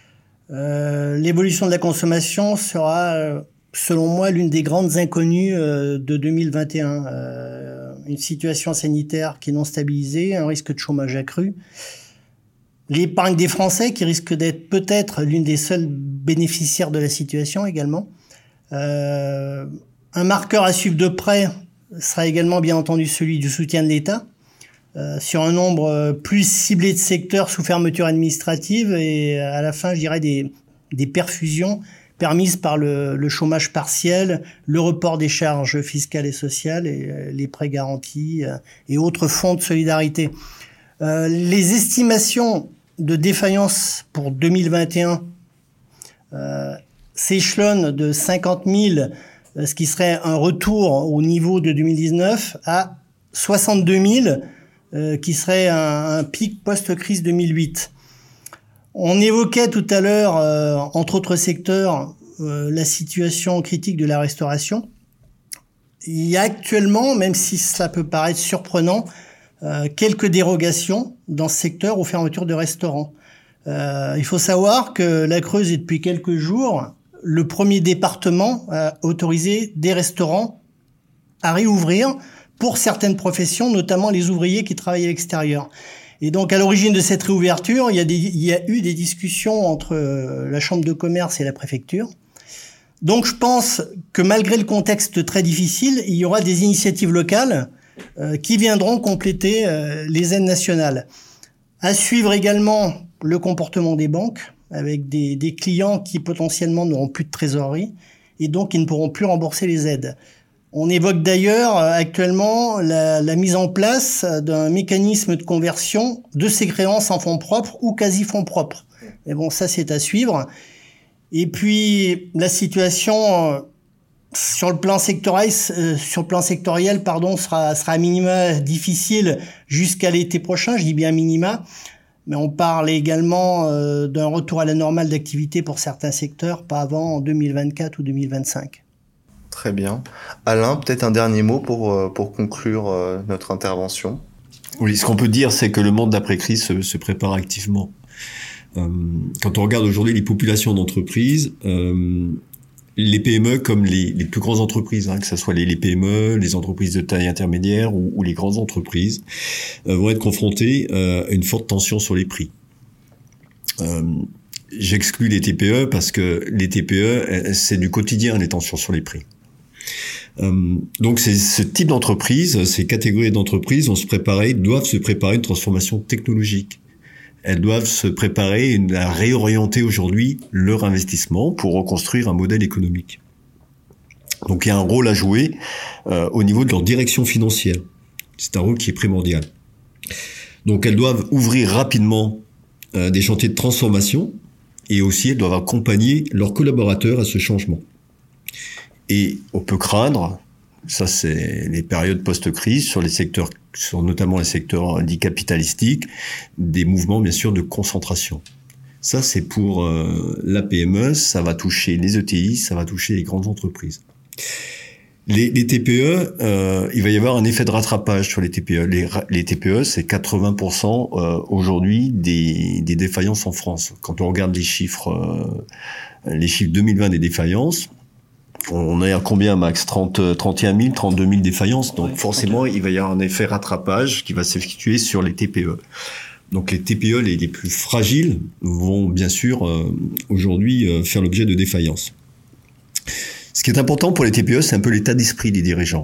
euh, l'évolution de la consommation sera, selon moi, l'une des grandes inconnues de deux mille vingt et un. Euh, une situation sanitaire qui est non stabilisée, un risque de chômage accru, l'épargne des Français qui risque d'être peut-être l'une des seules bénéficiaires de la situation également. Euh, un marqueur à suivre de près sera également bien entendu celui du soutien de l'État. euh, sur un nombre plus ciblé de secteurs sous fermeture administrative et à la fin, je dirais, des, des perfusions permises par le, le chômage partiel, le report des charges fiscales et sociales et les prêts garantis et autres fonds de solidarité. Euh, les estimations de défaillance pour deux mille vingt et un euh, s'échelonnent de cinquante mille, ce qui serait un retour au niveau de deux mille dix-neuf, à soixante-deux mille, euh, qui serait un, un pic post-crise deux mille huit. On évoquait tout à l'heure, euh, entre autres secteurs, euh, la situation critique de la restauration. Il y a actuellement, même si cela peut paraître surprenant, euh, quelques dérogations dans ce secteur aux fermetures de restaurants. Euh, il faut savoir que la Creuse est depuis quelques jours le premier département à autoriser des restaurants à réouvrir pour certaines professions, notamment les ouvriers qui travaillent à l'extérieur. Et donc, à l'origine de cette réouverture, il y a, des, il y a eu des discussions entre la Chambre de commerce et la préfecture. Donc, je pense que malgré le contexte très difficile, il y aura des initiatives locales euh, qui viendront compléter euh, les aides nationales. À suivre également le comportement des banques, avec des, des clients qui potentiellement n'auront plus de trésorerie et donc ils ne pourront plus rembourser les aides. On évoque d'ailleurs actuellement la, la mise en place d'un mécanisme de conversion de ces créances en fonds propres ou quasi-fonds propres. Mais bon, ça c'est à suivre. Et puis la situation euh, sur le plan sectoriel, euh, sur le plan sectoriel, pardon, sera sera à minima difficile jusqu'à l'été prochain. Je dis bien minima, mais on parle également euh, d'un retour à la normale d'activité pour certains secteurs, pas avant en deux mille vingt-quatre ou deux mille vingt-cinq. Très bien. Alain, peut-être un dernier mot pour, pour conclure notre intervention. Oui, ce qu'on peut dire, c'est que le monde d'après-crise se, se prépare activement. Euh, quand on regarde aujourd'hui les populations d'entreprises, euh, les P M E comme les, les plus grandes entreprises, hein, que ce soit les, les P M E, les entreprises de taille intermédiaire ou, ou les grandes entreprises, euh, vont être confrontées euh, à une forte tension sur les prix. Euh, j'exclus les T P E parce que les T P E, c'est du quotidien, les tensions sur les prix. Euh, donc c'est ce type d'entreprise, ces catégories d'entreprises vont se préparer, doivent se préparer à une transformation technologique. Elles doivent se préparer à réorienter aujourd'hui leur investissement pour reconstruire un modèle économique. Donc il y a un rôle à jouer euh, au niveau de leur direction financière. C'est un rôle qui est primordial. Donc elles doivent ouvrir rapidement euh, des chantiers de transformation et aussi elles doivent accompagner leurs collaborateurs à ce changement. Et on peut craindre, ça c'est les périodes post-crise, sur les secteurs, sur notamment les secteurs dits capitalistiques, des mouvements bien sûr de concentration. Ça c'est pour euh, la P M E, ça va toucher les E T I, ça va toucher les grandes entreprises. Les, les T P E, euh, il va y avoir un effet de rattrapage sur les T P E. Les, les T P E, c'est quatre-vingts pour cent euh, aujourd'hui des, des défaillances en France. Quand on regarde les chiffres, euh, les chiffres deux mille vingt des défaillances, on est à combien, Max? trente, trente et un mille, trente-deux mille défaillances. Donc, forcément, il va y avoir un effet rattrapage qui va s'effectuer sur les T P E. Donc, les T P E les, les plus fragiles vont, bien sûr, euh, aujourd'hui, euh, faire l'objet de défaillances. Ce qui est important pour les T P E, c'est un peu l'état d'esprit des dirigeants.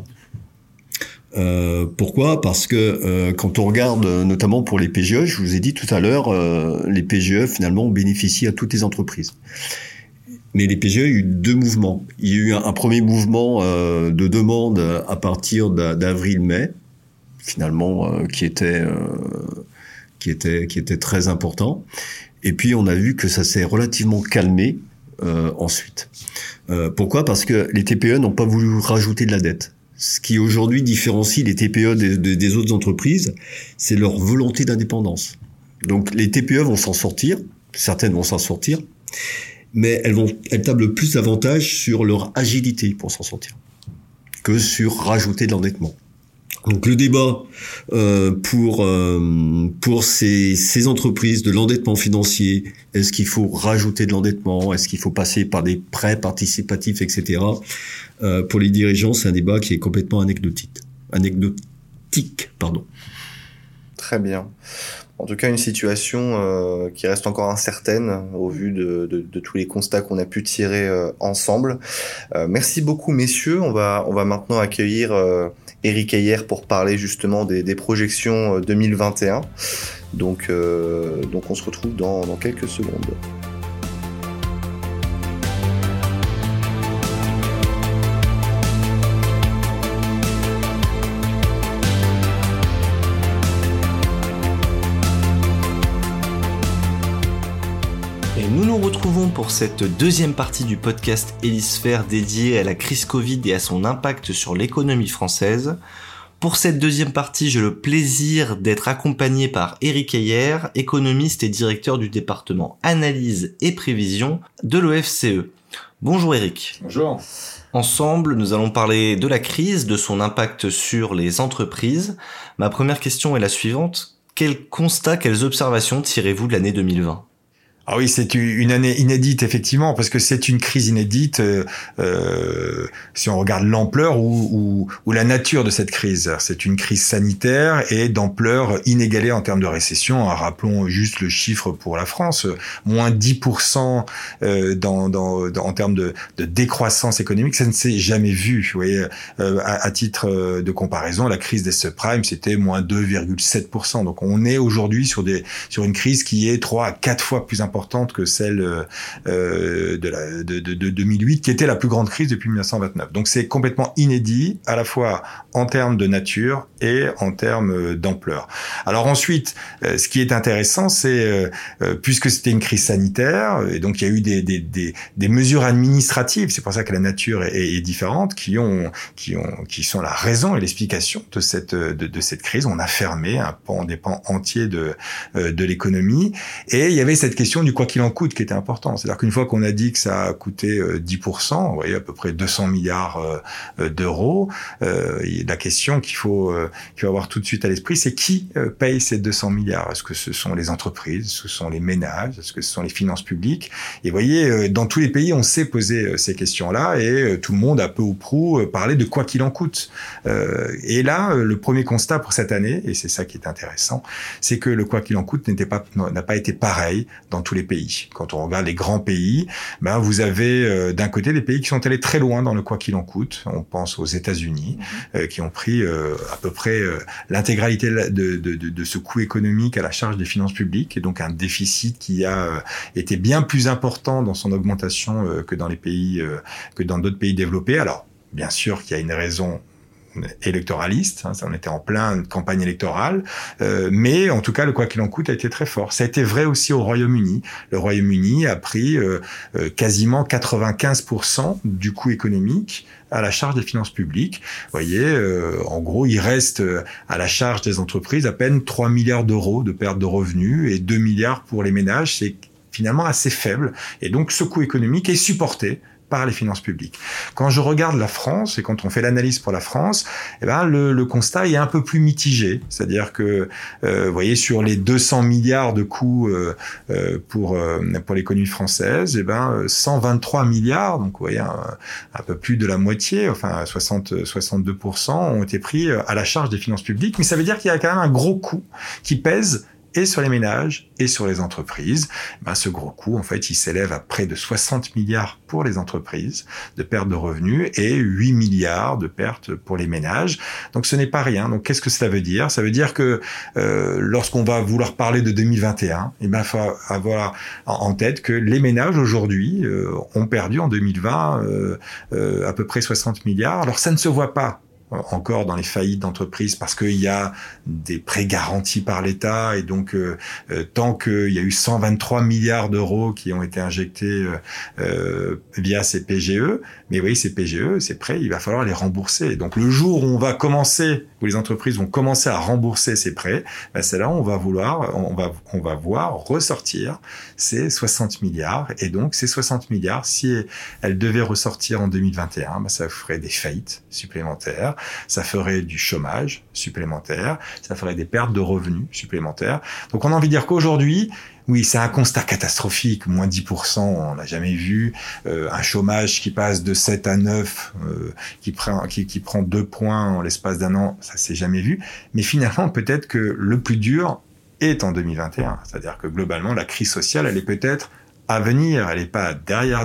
Euh, pourquoi? Parce que euh, quand on regarde, notamment pour les P G E, je vous ai dit tout à l'heure, euh, les P G E, finalement, bénéficient à toutes les entreprises. Mais les P G E, il y a eu deux mouvements. Il y a eu un, un premier mouvement euh, de demande à partir d'avril-mai, finalement, euh, qui était euh, qui était qui était très important. Et puis on a vu que ça s'est relativement calmé euh, ensuite. Euh, pourquoi? Parce que les T P E n'ont pas voulu rajouter de la dette. Ce qui aujourd'hui différencie les T P E des, des, des autres entreprises, c'est leur volonté d'indépendance. Donc les T P E vont s'en sortir, certaines vont s'en sortir, mais elles vont, elles tablent plus d'avantages sur leur agilité pour s'en sortir que sur rajouter de l'endettement. Donc le débat euh, pour euh, pour ces ces entreprises de l'endettement financier, est-ce qu'il faut rajouter de l'endettement, est-ce qu'il faut passer par des prêts participatifs, et cetera. Euh, pour les dirigeants, c'est un débat qui est complètement anecdotique. Anecdotique, pardon. Très bien. En tout cas, une situation euh, qui reste encore incertaine au vu de, de, de tous les constats qu'on a pu tirer euh, ensemble. Euh, merci beaucoup, messieurs. On va, on va maintenant accueillir euh, Éric Heyer pour parler justement des, des projections deux mille vingt et un. Donc, euh, donc on se retrouve dans, dans quelques secondes. Et nous nous retrouvons pour cette deuxième partie du podcast Hélisphère dédiée à la crise Covid et à son impact sur l'économie française. Pour cette deuxième partie, j'ai le plaisir d'être accompagné par Éric Heyer, économiste et directeur du département Analyse et Prévision de l'O F C E. Bonjour Éric. Bonjour. Ensemble, nous allons parler de la crise, de son impact sur les entreprises. Ma première question est la suivante. Quels constats, quelles observations tirez-vous de l'année deux mille vingt ? Ah oui, c'est une année inédite, effectivement, parce que c'est une crise inédite, euh, euh, si on regarde l'ampleur ou, ou, ou la nature de cette crise. C'est une crise sanitaire et d'ampleur inégalée en termes de récession. Rappelons juste le chiffre pour la France, moins dix pour cent euh, dans, dans, dans, en termes de, de décroissance économique, ça ne s'est jamais vu. Vous voyez, euh, à, à titre de comparaison, la crise des subprimes, c'était moins deux virgule sept pour cent. Donc on est aujourd'hui sur, des, sur une crise qui est trois à quatre fois plus importante importante que celle euh, de, la, de, de, de deux mille huit, qui était la plus grande crise depuis mille neuf cent vingt-neuf. Donc c'est complètement inédit, à la fois en termes de nature et en termes d'ampleur. Alors ensuite, euh, ce qui est intéressant, c'est, euh, puisque c'était une crise sanitaire, et donc il y a eu des, des, des, des mesures administratives, c'est pour ça que la nature est, est différente, qui, ont, qui, ont, qui sont la raison et l'explication de cette, de, de cette crise. On a fermé un pan, des pans entiers de, de l'économie, et il y avait cette question du quoi qu'il en coûte qui était important. C'est-à-dire qu'une fois qu'on a dit que ça a coûté dix pour cent, vous voyez, à peu près deux cents milliards d'euros, euh, la question qu'il faut, euh, qu'il faut avoir tout de suite à l'esprit, c'est qui euh, paye ces deux cents milliards? Est-ce que ce sont les entreprises? Est-ce que ce sont les ménages? Est-ce que ce sont les finances publiques? Et vous voyez, euh, dans tous les pays, on s'est posé euh, ces questions-là et euh, tout le monde a peu ou prou euh, parlé de quoi qu'il en coûte. Euh, et là, euh, le premier constat pour cette année, et c'est ça qui est intéressant, c'est que le quoi qu'il en coûte n'était pas, n'a pas été pareil dans tous les pays. Quand on regarde les grands pays, ben vous avez euh, d'un côté des pays qui sont allés très loin dans le quoi qu'il en coûte. On pense aux États-Unis, euh, qui ont pris euh, à peu près euh, l'intégralité de, de, de, de ce coût économique à la charge des finances publiques, et donc un déficit qui a euh, été bien plus important dans son augmentation euh, que dans les pays, euh, que dans d'autres pays développés. Alors, bien sûr qu'il y a une raison électoraliste, hein, ça, on était en pleine campagne électorale, euh, mais en tout cas le quoi qu'il en coûte a été très fort. Ça a été vrai aussi au Royaume-Uni. Le Royaume-Uni a pris euh, euh, quasiment quatre-vingt-quinze pour cent du coût économique à la charge des finances publiques. Vous voyez, euh, en gros, il reste à la charge des entreprises à peine trois milliards d'euros de perte de revenus et deux milliards pour les ménages. C'est finalement assez faible, et donc ce coût économique est supporté par les finances publiques. Quand je regarde la France et quand on fait l'analyse pour la France, eh ben le, le constat est un peu plus mitigé. C'est-à-dire que, euh, vous voyez, sur les deux cents milliards de coûts euh, euh, pour euh, pour l'économie française, eh ben cent vingt-trois milliards, donc vous voyez un, un peu plus de la moitié, enfin soixante, soixante-deux pour cent ont été pris à la charge des finances publiques. Mais ça veut dire qu'il y a quand même un gros coût qui pèse et sur les ménages et sur les entreprises. Ben, ce gros coût, en fait, il s'élève à près de soixante milliards pour les entreprises de perte de revenus et huit milliards de pertes pour les ménages. Donc, ce n'est pas rien. Donc, qu'est-ce que cela veut dire? Ça veut dire que euh, lorsqu'on va vouloir parler de deux mille vingt et un, eh ben, il faut avoir en tête que les ménages aujourd'hui euh, ont perdu en deux mille vingt euh, euh, à peu près soixante milliards. Alors, ça ne se voit pas encore dans les faillites d'entreprises parce qu'il y a des prêts garantis par l'État, et donc euh, euh, tant qu'il y a eu cent vingt-trois milliards d'euros qui ont été injectés euh, euh, via ces P G E, mais vous voyez, ces P G E, ces prêts, il va falloir les rembourser. Donc le jour où on va commencer, où les entreprises vont commencer à rembourser ces prêts, ben c'est là où on va vouloir, on va, on va voir ressortir ces soixante milliards, et donc ces soixante milliards, si elles devaient ressortir en deux mille vingt et un, ben ça ferait des faillites supplémentaires. Ça ferait du chômage supplémentaire, ça ferait des pertes de revenus supplémentaires. Donc on a envie de dire qu'aujourd'hui, oui, c'est un constat catastrophique, moins dix pour cent, on n'a jamais vu, euh, un chômage qui passe de sept à neuf, euh, qui prend qui, qui prend deux points en l'espace d'un an, ça s'est jamais vu. Mais finalement, peut-être que le plus dur est en deux mille vingt et un, c'est-à-dire que globalement, la crise sociale, elle est peut-être à venir, elle n'est pas derrière nous,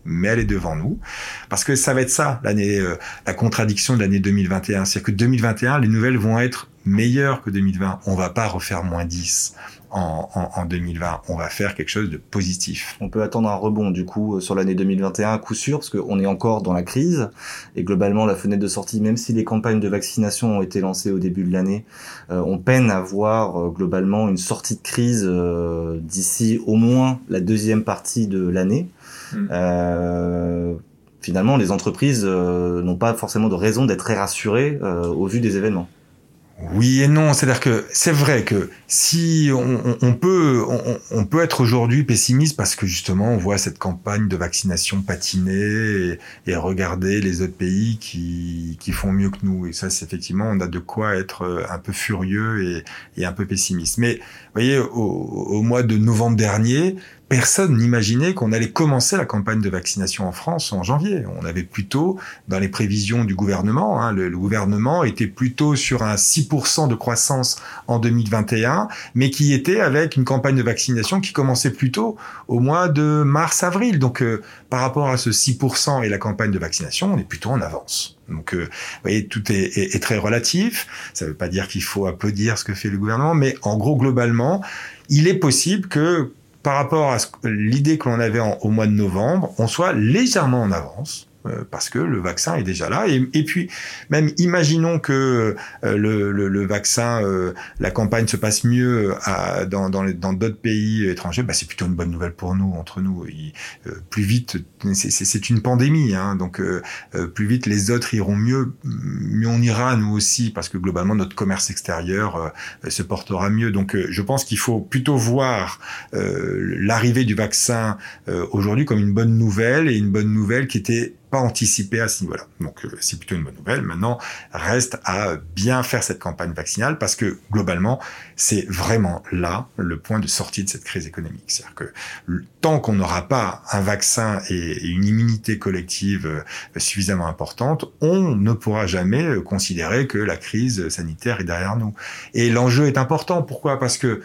mais elle est devant nous. Parce que ça va être ça, l'année, euh, la contradiction de l'année deux mille vingt et un. C'est que deux mille vingt et un, les nouvelles vont être meilleures que deux mille vingt. On va pas refaire moins dix en, en, en deux mille vingt. On va faire quelque chose de positif. On peut attendre un rebond, du coup, sur l'année deux mille vingt et un, à coup sûr, parce qu'on est encore dans la crise. Et globalement, la fenêtre de sortie, même si les campagnes de vaccination ont été lancées au début de l'année, euh, on peine à voir, euh, globalement, une sortie de crise euh, d'ici au moins la deuxième partie de l'année. Mmh. Euh, finalement, les entreprises euh, n'ont pas forcément de raison d'être très rassurées euh, au vu des événements. Oui et non, c'est-à-dire que c'est vrai que si on, on, on peut on, on peut être aujourd'hui pessimiste parce que justement on voit cette campagne de vaccination patiner et, et regarder les autres pays qui qui font mieux que nous, et ça c'est effectivement, on a de quoi être un peu furieux et, et un peu pessimiste. Mais vous voyez, au, au mois de novembre dernier, personne n'imaginait qu'on allait commencer la campagne de vaccination en France en janvier. On avait plutôt, dans les prévisions du gouvernement, hein, le, le gouvernement était plutôt sur un six pour cent de croissance en deux mille vingt et un, mais qui était avec une campagne de vaccination qui commençait plutôt au mois de mars-avril. Donc, euh, par rapport à ce six pour cent et la campagne de vaccination, on est plutôt en avance. Donc, euh, vous voyez, tout est, est, est très relatif. Ça ne veut pas dire qu'il faut applaudir ce que fait le gouvernement, mais en gros, globalement, il est possible que par rapport à ce, l'idée que l'on avait en, au mois de novembre, on soit légèrement en avance, euh, parce que le vaccin est déjà là. Et, et puis, même imaginons que euh, le, le, le vaccin, euh, la campagne se passe mieux à, dans, dans, les, dans d'autres pays étrangers, bah, c'est plutôt une bonne nouvelle pour nous, entre nous. Il, euh, plus vite, c'est, c'est, c'est une pandémie, hein, donc euh, euh, plus vite les autres iront mieux, mieux on ira nous aussi, parce que globalement notre commerce extérieur euh, se portera mieux. Donc euh, je pense qu'il faut plutôt voir euh, l'arrivée du vaccin euh, aujourd'hui comme une bonne nouvelle, et une bonne nouvelle qui était pas anticipée à ce niveau-là. Donc euh, c'est plutôt une bonne nouvelle. Maintenant, reste à bien faire cette campagne vaccinale, parce que globalement, c'est vraiment là le point de sortie de cette crise économique. C'est-à-dire que tant qu'on n'aura pas un vaccin et une immunité collective euh, suffisamment importante, on ne pourra jamais considérer que la crise sanitaire est derrière nous. Et l'enjeu est important. Pourquoi ? Parce que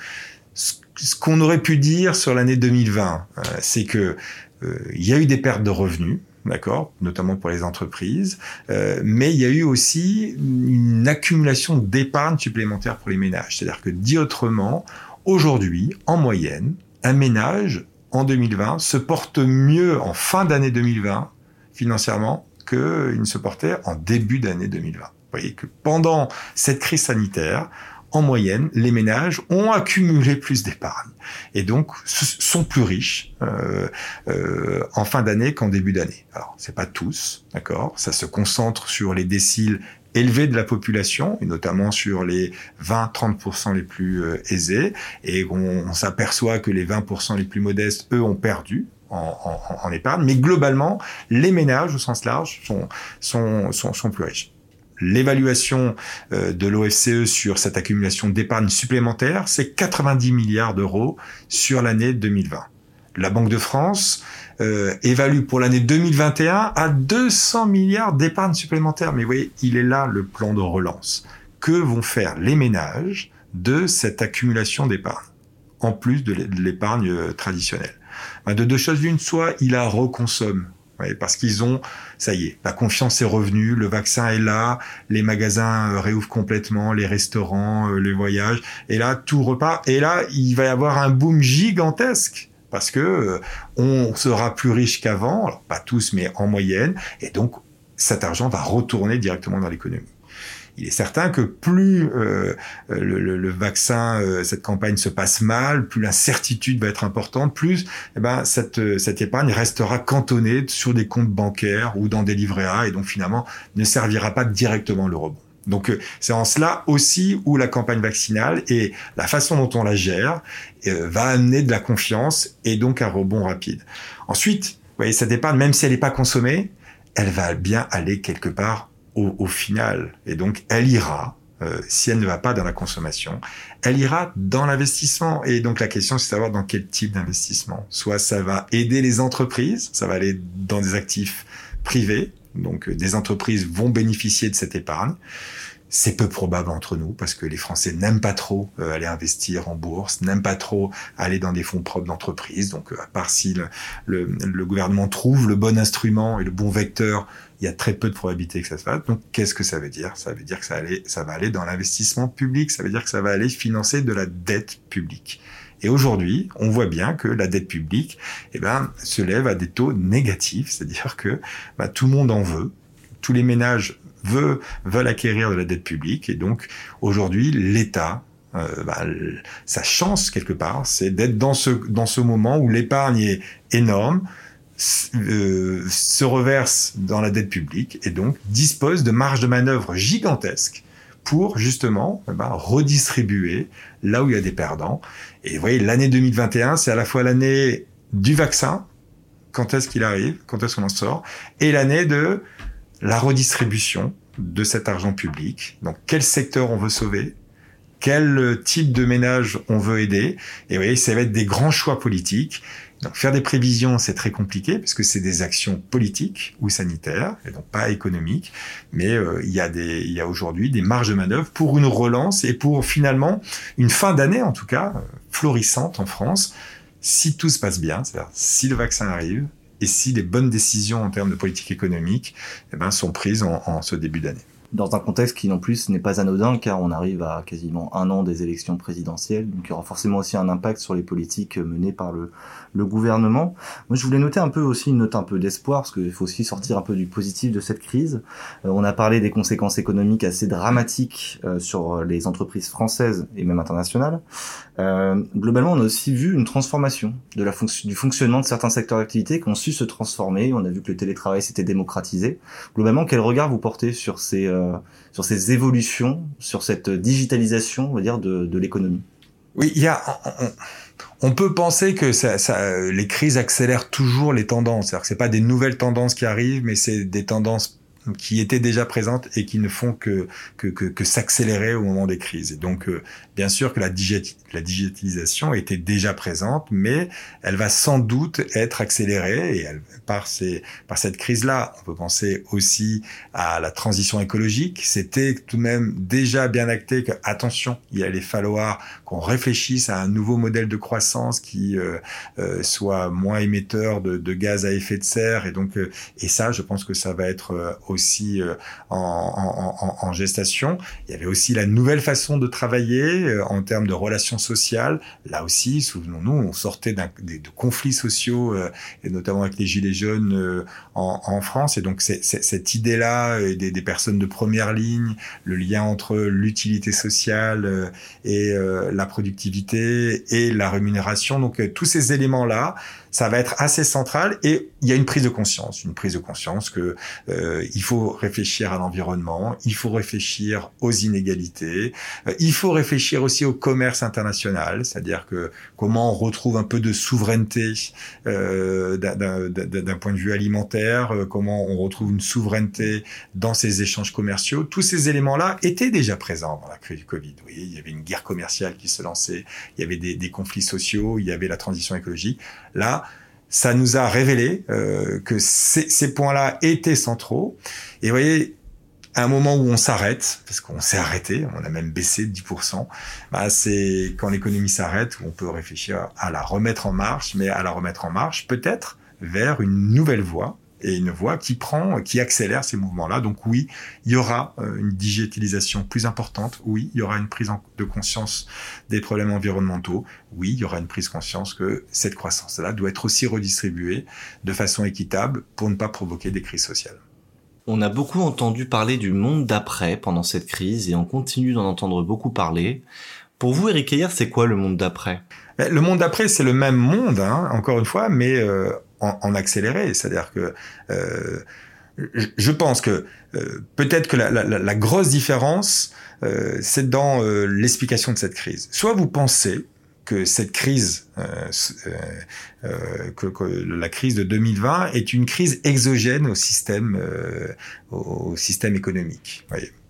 ce qu'on aurait pu dire sur l'année deux mille vingt, euh, c'est que euh, il y a eu des pertes de revenus, d'accord, notamment pour les entreprises, euh, mais il y a eu aussi une accumulation d'épargne supplémentaire pour les ménages. C'est-à-dire que, dit autrement, aujourd'hui, en moyenne, un ménage en deux mille vingt se porte mieux en fin d'année deux mille vingt financièrement qu'il ne se portait en début d'année deux mille vingt. Vous voyez que pendant cette crise sanitaire, en moyenne, les ménages ont accumulé plus d'épargne et donc sont plus riches euh, euh, en fin d'année qu'en début d'année. Alors, c'est pas tous, d'accord ? Ça se concentre sur les déciles élevés de la population, et notamment sur les vingt à trente pour cent les plus euh, aisés, et on, on s'aperçoit que les vingt pour cent les plus modestes, eux, ont perdu en, en, en épargne. Mais globalement, les ménages, au sens large, sont, sont, sont, sont plus riches. L'évaluation de l'O F C E sur cette accumulation d'épargne supplémentaire, c'est quatre-vingt-dix milliards d'euros sur l'année deux mille vingt. La Banque de France euh, évalue pour l'année deux mille vingt et un à deux cents milliards d'épargne supplémentaire. Mais vous voyez, il est là le plan de relance. Que vont faire les ménages de cette accumulation d'épargne, en plus de l'épargne traditionnelle ? De deux choses l'une, soit ils la reconsomment, ouais, parce qu'ils ont, ça y est, la confiance est revenue, le vaccin est là, les magasins réouvrent complètement, les restaurants, les voyages, et là, tout repart. Et là, il va y avoir un boom gigantesque, parce que euh, on sera plus riche qu'avant, alors pas tous, mais en moyenne, et donc cet argent va retourner directement dans l'économie. Il est certain que plus euh, le, le, le vaccin, euh, cette campagne se passe mal, plus l'incertitude va être importante, plus eh ben, cette, cette épargne restera cantonnée sur des comptes bancaires ou dans des livrets A, et donc finalement ne servira pas directement le rebond. Donc euh, c'est en cela aussi où la campagne vaccinale et la façon dont on la gère euh, va amener de la confiance et donc un rebond rapide. Ensuite, vous voyez, cette épargne, même si elle n'est pas consommée, elle va bien aller quelque part Au, au final, et donc elle ira, euh, si elle ne va pas dans la consommation, elle ira dans l'investissement. Et donc la question, c'est de savoir dans quel type d'investissement. Soit ça va aider les entreprises, ça va aller dans des actifs privés, donc euh, des entreprises vont bénéficier de cette épargne. C'est peu probable entre nous parce que les Français n'aiment pas trop euh, aller investir en bourse, n'aiment pas trop aller dans des fonds propres d'entreprise. Donc, à part si le, le, le gouvernement trouve le bon instrument et le bon vecteur, il y a très peu de probabilité que ça se fasse. Donc, qu'est-ce que ça veut dire? Ça veut dire que ça, allait, ça va aller dans l'investissement public. Ça veut dire que ça va aller financer de la dette publique. Et aujourd'hui, on voit bien que la dette publique, eh ben, se lève à des taux négatifs. C'est-à-dire que bah, tout le monde en veut. Tous les ménages veut, veulent acquérir de la dette publique. Et donc, aujourd'hui, l'État, euh, bah, sa chance, quelque part, c'est d'être dans ce, dans ce moment où l'épargne est énorme, euh, se reverse dans la dette publique et donc dispose de marges de manœuvre gigantesques pour, justement, bah, redistribuer là où il y a des perdants. Et vous voyez, l'année deux mille vingt et un, c'est à la fois l'année du vaccin, quand est-ce qu'il arrive, quand est-ce qu'on en sort, et l'année de la redistribution de cet argent public. Donc, quel secteur on veut sauver? Quel type de ménage on veut aider? Et vous voyez, ça va être des grands choix politiques. Donc, faire des prévisions, c'est très compliqué parce que c'est des actions politiques ou sanitaires, et donc pas économiques. Mais euh, il y a des, il y a aujourd'hui des marges de manœuvre pour une relance et pour finalement une fin d'année, en tout cas, florissante en France, si tout se passe bien, c'est-à-dire si le vaccin arrive, et si les bonnes décisions en termes de politique économique eh ben, sont prises en, en ce début d'année. Dans un contexte qui non plus n'est pas anodin, car on arrive à quasiment un an des élections présidentielles, donc il y aura forcément aussi un impact sur les politiques menées par le, le gouvernement. Moi, je voulais noter un peu aussi une note un peu d'espoir, parce qu'il faut aussi sortir un peu du positif de cette crise. Euh, on a parlé des conséquences économiques assez dramatiques euh, sur les entreprises françaises et même internationales. Euh, globalement, on a aussi vu une transformation de la fonction, du fonctionnement de certains secteurs d'activité qui ont su se transformer. On a vu que le télétravail s'était démocratisé. Globalement, quel regard vous portez sur ces euh, sur ces évolutions, sur cette digitalisation, on va dire, de, de l'économie? Oui, il y a, on, on peut penser que ça, ça, les crises accélèrent toujours les tendances. C'est-à-dire que c'est pas des nouvelles tendances qui arrivent, mais c'est des tendances qui étaient déjà présentes et qui ne font que que que, que s'accélérer au moment des crises. Et donc, euh, bien sûr que la, digi- la digitalisation était déjà présente, mais elle va sans doute être accélérée et elle, par ces par cette crise-là. On peut penser aussi à la transition écologique. C'était tout de même déjà bien acté que, attention, il allait falloir qu'on réfléchisse à un nouveau modèle de croissance qui euh, euh, soit moins émetteur de, de gaz à effet de serre. Et donc, euh, et ça, je pense que ça va être euh, aussi euh, en, en, en, en gestation. Il y avait aussi la nouvelle façon de travailler euh, en termes de relations sociales. Là aussi, souvenons-nous, on sortait d'un, de, de conflits sociaux, euh, et notamment avec les Gilets jaunes euh, en, en France. Et donc, c'est, c'est, cette idée-là euh, des, des personnes de première ligne, le lien entre l'utilité sociale euh, et euh, la productivité et la rémunération. Donc, euh, tous ces éléments-là, ça va être assez central et il y a une prise de conscience, une prise de conscience que euh, il faut réfléchir à l'environnement, il faut réfléchir aux inégalités, euh, il faut réfléchir aussi au commerce international, c'est-à-dire que comment on retrouve un peu de souveraineté euh, d'un, d'un, d'un point de vue alimentaire, euh, comment on retrouve une souveraineté dans ces échanges commerciaux. Tous ces éléments-là étaient déjà présents dans la crise du Covid. Oui, il y avait une guerre commerciale qui se lançait, il y avait des, des conflits sociaux, il y avait la transition écologique. Là, ça nous a révélé euh, que ces, ces points-là étaient centraux. Et vous voyez, à un moment où on s'arrête, parce qu'on s'est arrêté, on a même baissé de dix pour cent, bah c'est quand l'économie s'arrête où on peut réfléchir à la remettre en marche, mais à la remettre en marche peut-être vers une nouvelle voie, et une voie qui prend, qui accélère ces mouvements-là. Donc oui, il y aura une digitalisation plus importante. Oui, il y aura une prise de conscience des problèmes environnementaux. Oui, il y aura une prise de conscience que cette croissance-là doit être aussi redistribuée de façon équitable pour ne pas provoquer des crises sociales. On a beaucoup entendu parler du monde d'après pendant cette crise et on continue d'en entendre beaucoup parler. Pour vous, Éric Cueillère, c'est quoi le monde d'après ? Le monde d'après, c'est le même monde, hein, encore une fois, mais euh, en, en accéléré. C'est-à-dire que euh, je pense que euh, peut-être que la, la, la grosse différence, euh, c'est dans euh, l'explication de cette crise. Soit vous pensez que cette crise, euh, euh, que, que la crise de deux mille vingt est une crise exogène au système, euh, au, au système économique. Vous voyez.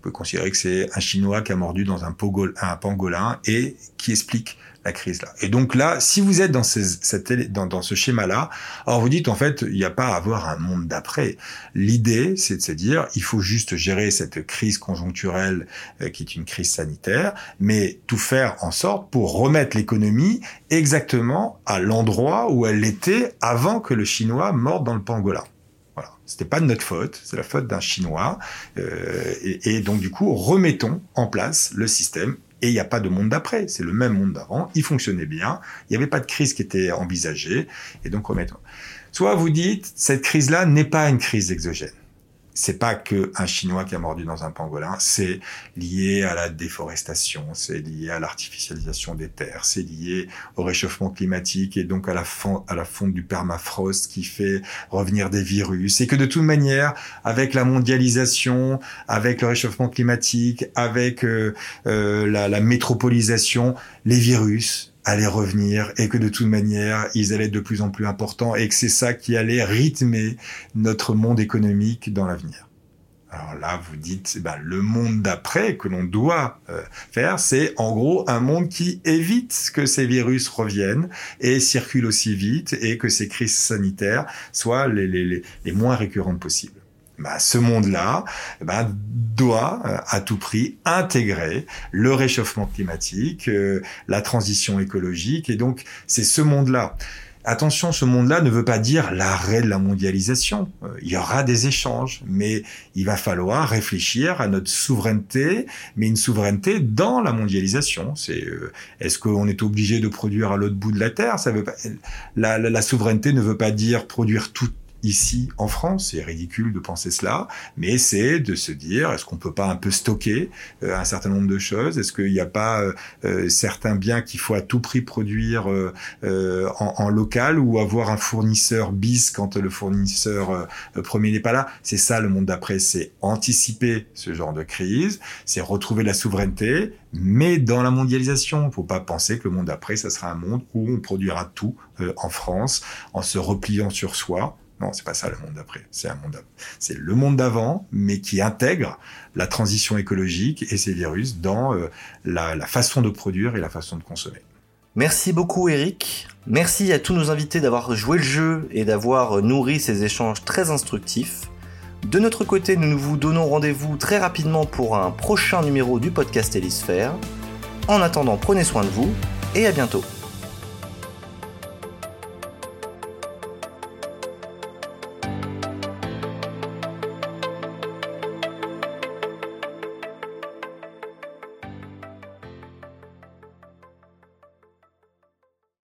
Vous pouvez considérer que c'est un Chinois qui a mordu dans un, pogol, un pangolin et qui explique la crise là. Et donc là, si vous êtes dans, ces, cette, dans, dans ce schéma-là, alors vous dites en fait, il n'y a pas à avoir un monde d'après. L'idée, c'est de se dire, il faut juste gérer cette crise conjoncturelle euh, qui est une crise sanitaire, mais tout faire en sorte pour remettre l'économie exactement à l'endroit où elle était avant que le Chinois morde dans le pangolin. Voilà, c'était pas de notre faute, c'est la faute d'un Chinois. Euh, et, et donc du coup, remettons en place le système. Et il n'y a pas de monde d'après, c'est le même monde d'avant, il fonctionnait bien, il n'y avait pas de crise qui était envisagée, et donc remettons. Soit vous dites, cette crise-là n'est pas une crise exogène. C'est pas que un Chinois qui a mordu dans un pangolin, c'est lié à la déforestation, c'est lié à l'artificialisation des terres, c'est lié au réchauffement climatique et donc à la fonte, à la fonte du permafrost qui fait revenir des virus. Et que de toute manière, avec la mondialisation, avec le réchauffement climatique, avec euh, euh, la, la métropolisation, les virus allaient revenir et que de toute manière, ils allaient être de plus en plus importants et que c'est ça qui allait rythmer notre monde économique dans l'avenir. Alors là, vous dites, ben, le monde d'après que l'on doit euh, faire, c'est en gros un monde qui évite que ces virus reviennent et circulent aussi vite et que ces crises sanitaires soient les, les, les, les moins récurrentes possibles. Ben, ce monde-là ben, doit euh, à tout prix intégrer le réchauffement climatique, euh, la transition écologique, et donc c'est ce monde-là. Attention, ce monde-là ne veut pas dire l'arrêt de la mondialisation. Euh, il y aura des échanges, mais il va falloir réfléchir à notre souveraineté, mais une souveraineté dans la mondialisation. C'est euh, est-ce qu'on est obligé de produire à l'autre bout de la terre ? Ça veut pas. La, la, la souveraineté ne veut pas dire produire tout ici en France, c'est ridicule de penser cela, mais c'est de se dire, est-ce qu'on peut pas un peu stocker euh, un certain nombre de choses ? Est-ce qu'il n'y a pas euh, certains biens qu'il faut à tout prix produire euh, euh, en, en local ou avoir un fournisseur bis quand le fournisseur euh, premier n'est pas là ? C'est ça le monde d'après, c'est anticiper ce genre de crise, c'est retrouver la souveraineté, mais dans la mondialisation. Il ne faut pas penser que le monde d'après, ça sera un monde où on produira tout euh, en France en se repliant sur soi. Non, c'est pas ça le monde d'après. C'est un monde, c'est le monde d'avant, mais qui intègre la transition écologique et ces virus dans euh, la, la façon de produire et la façon de consommer. Merci beaucoup Eric. Merci à tous nos invités d'avoir joué le jeu et d'avoir nourri ces échanges très instructifs. De notre côté, nous vous donnons rendez-vous très rapidement pour un prochain numéro du podcast Hélisphère. En attendant, prenez soin de vous et à bientôt.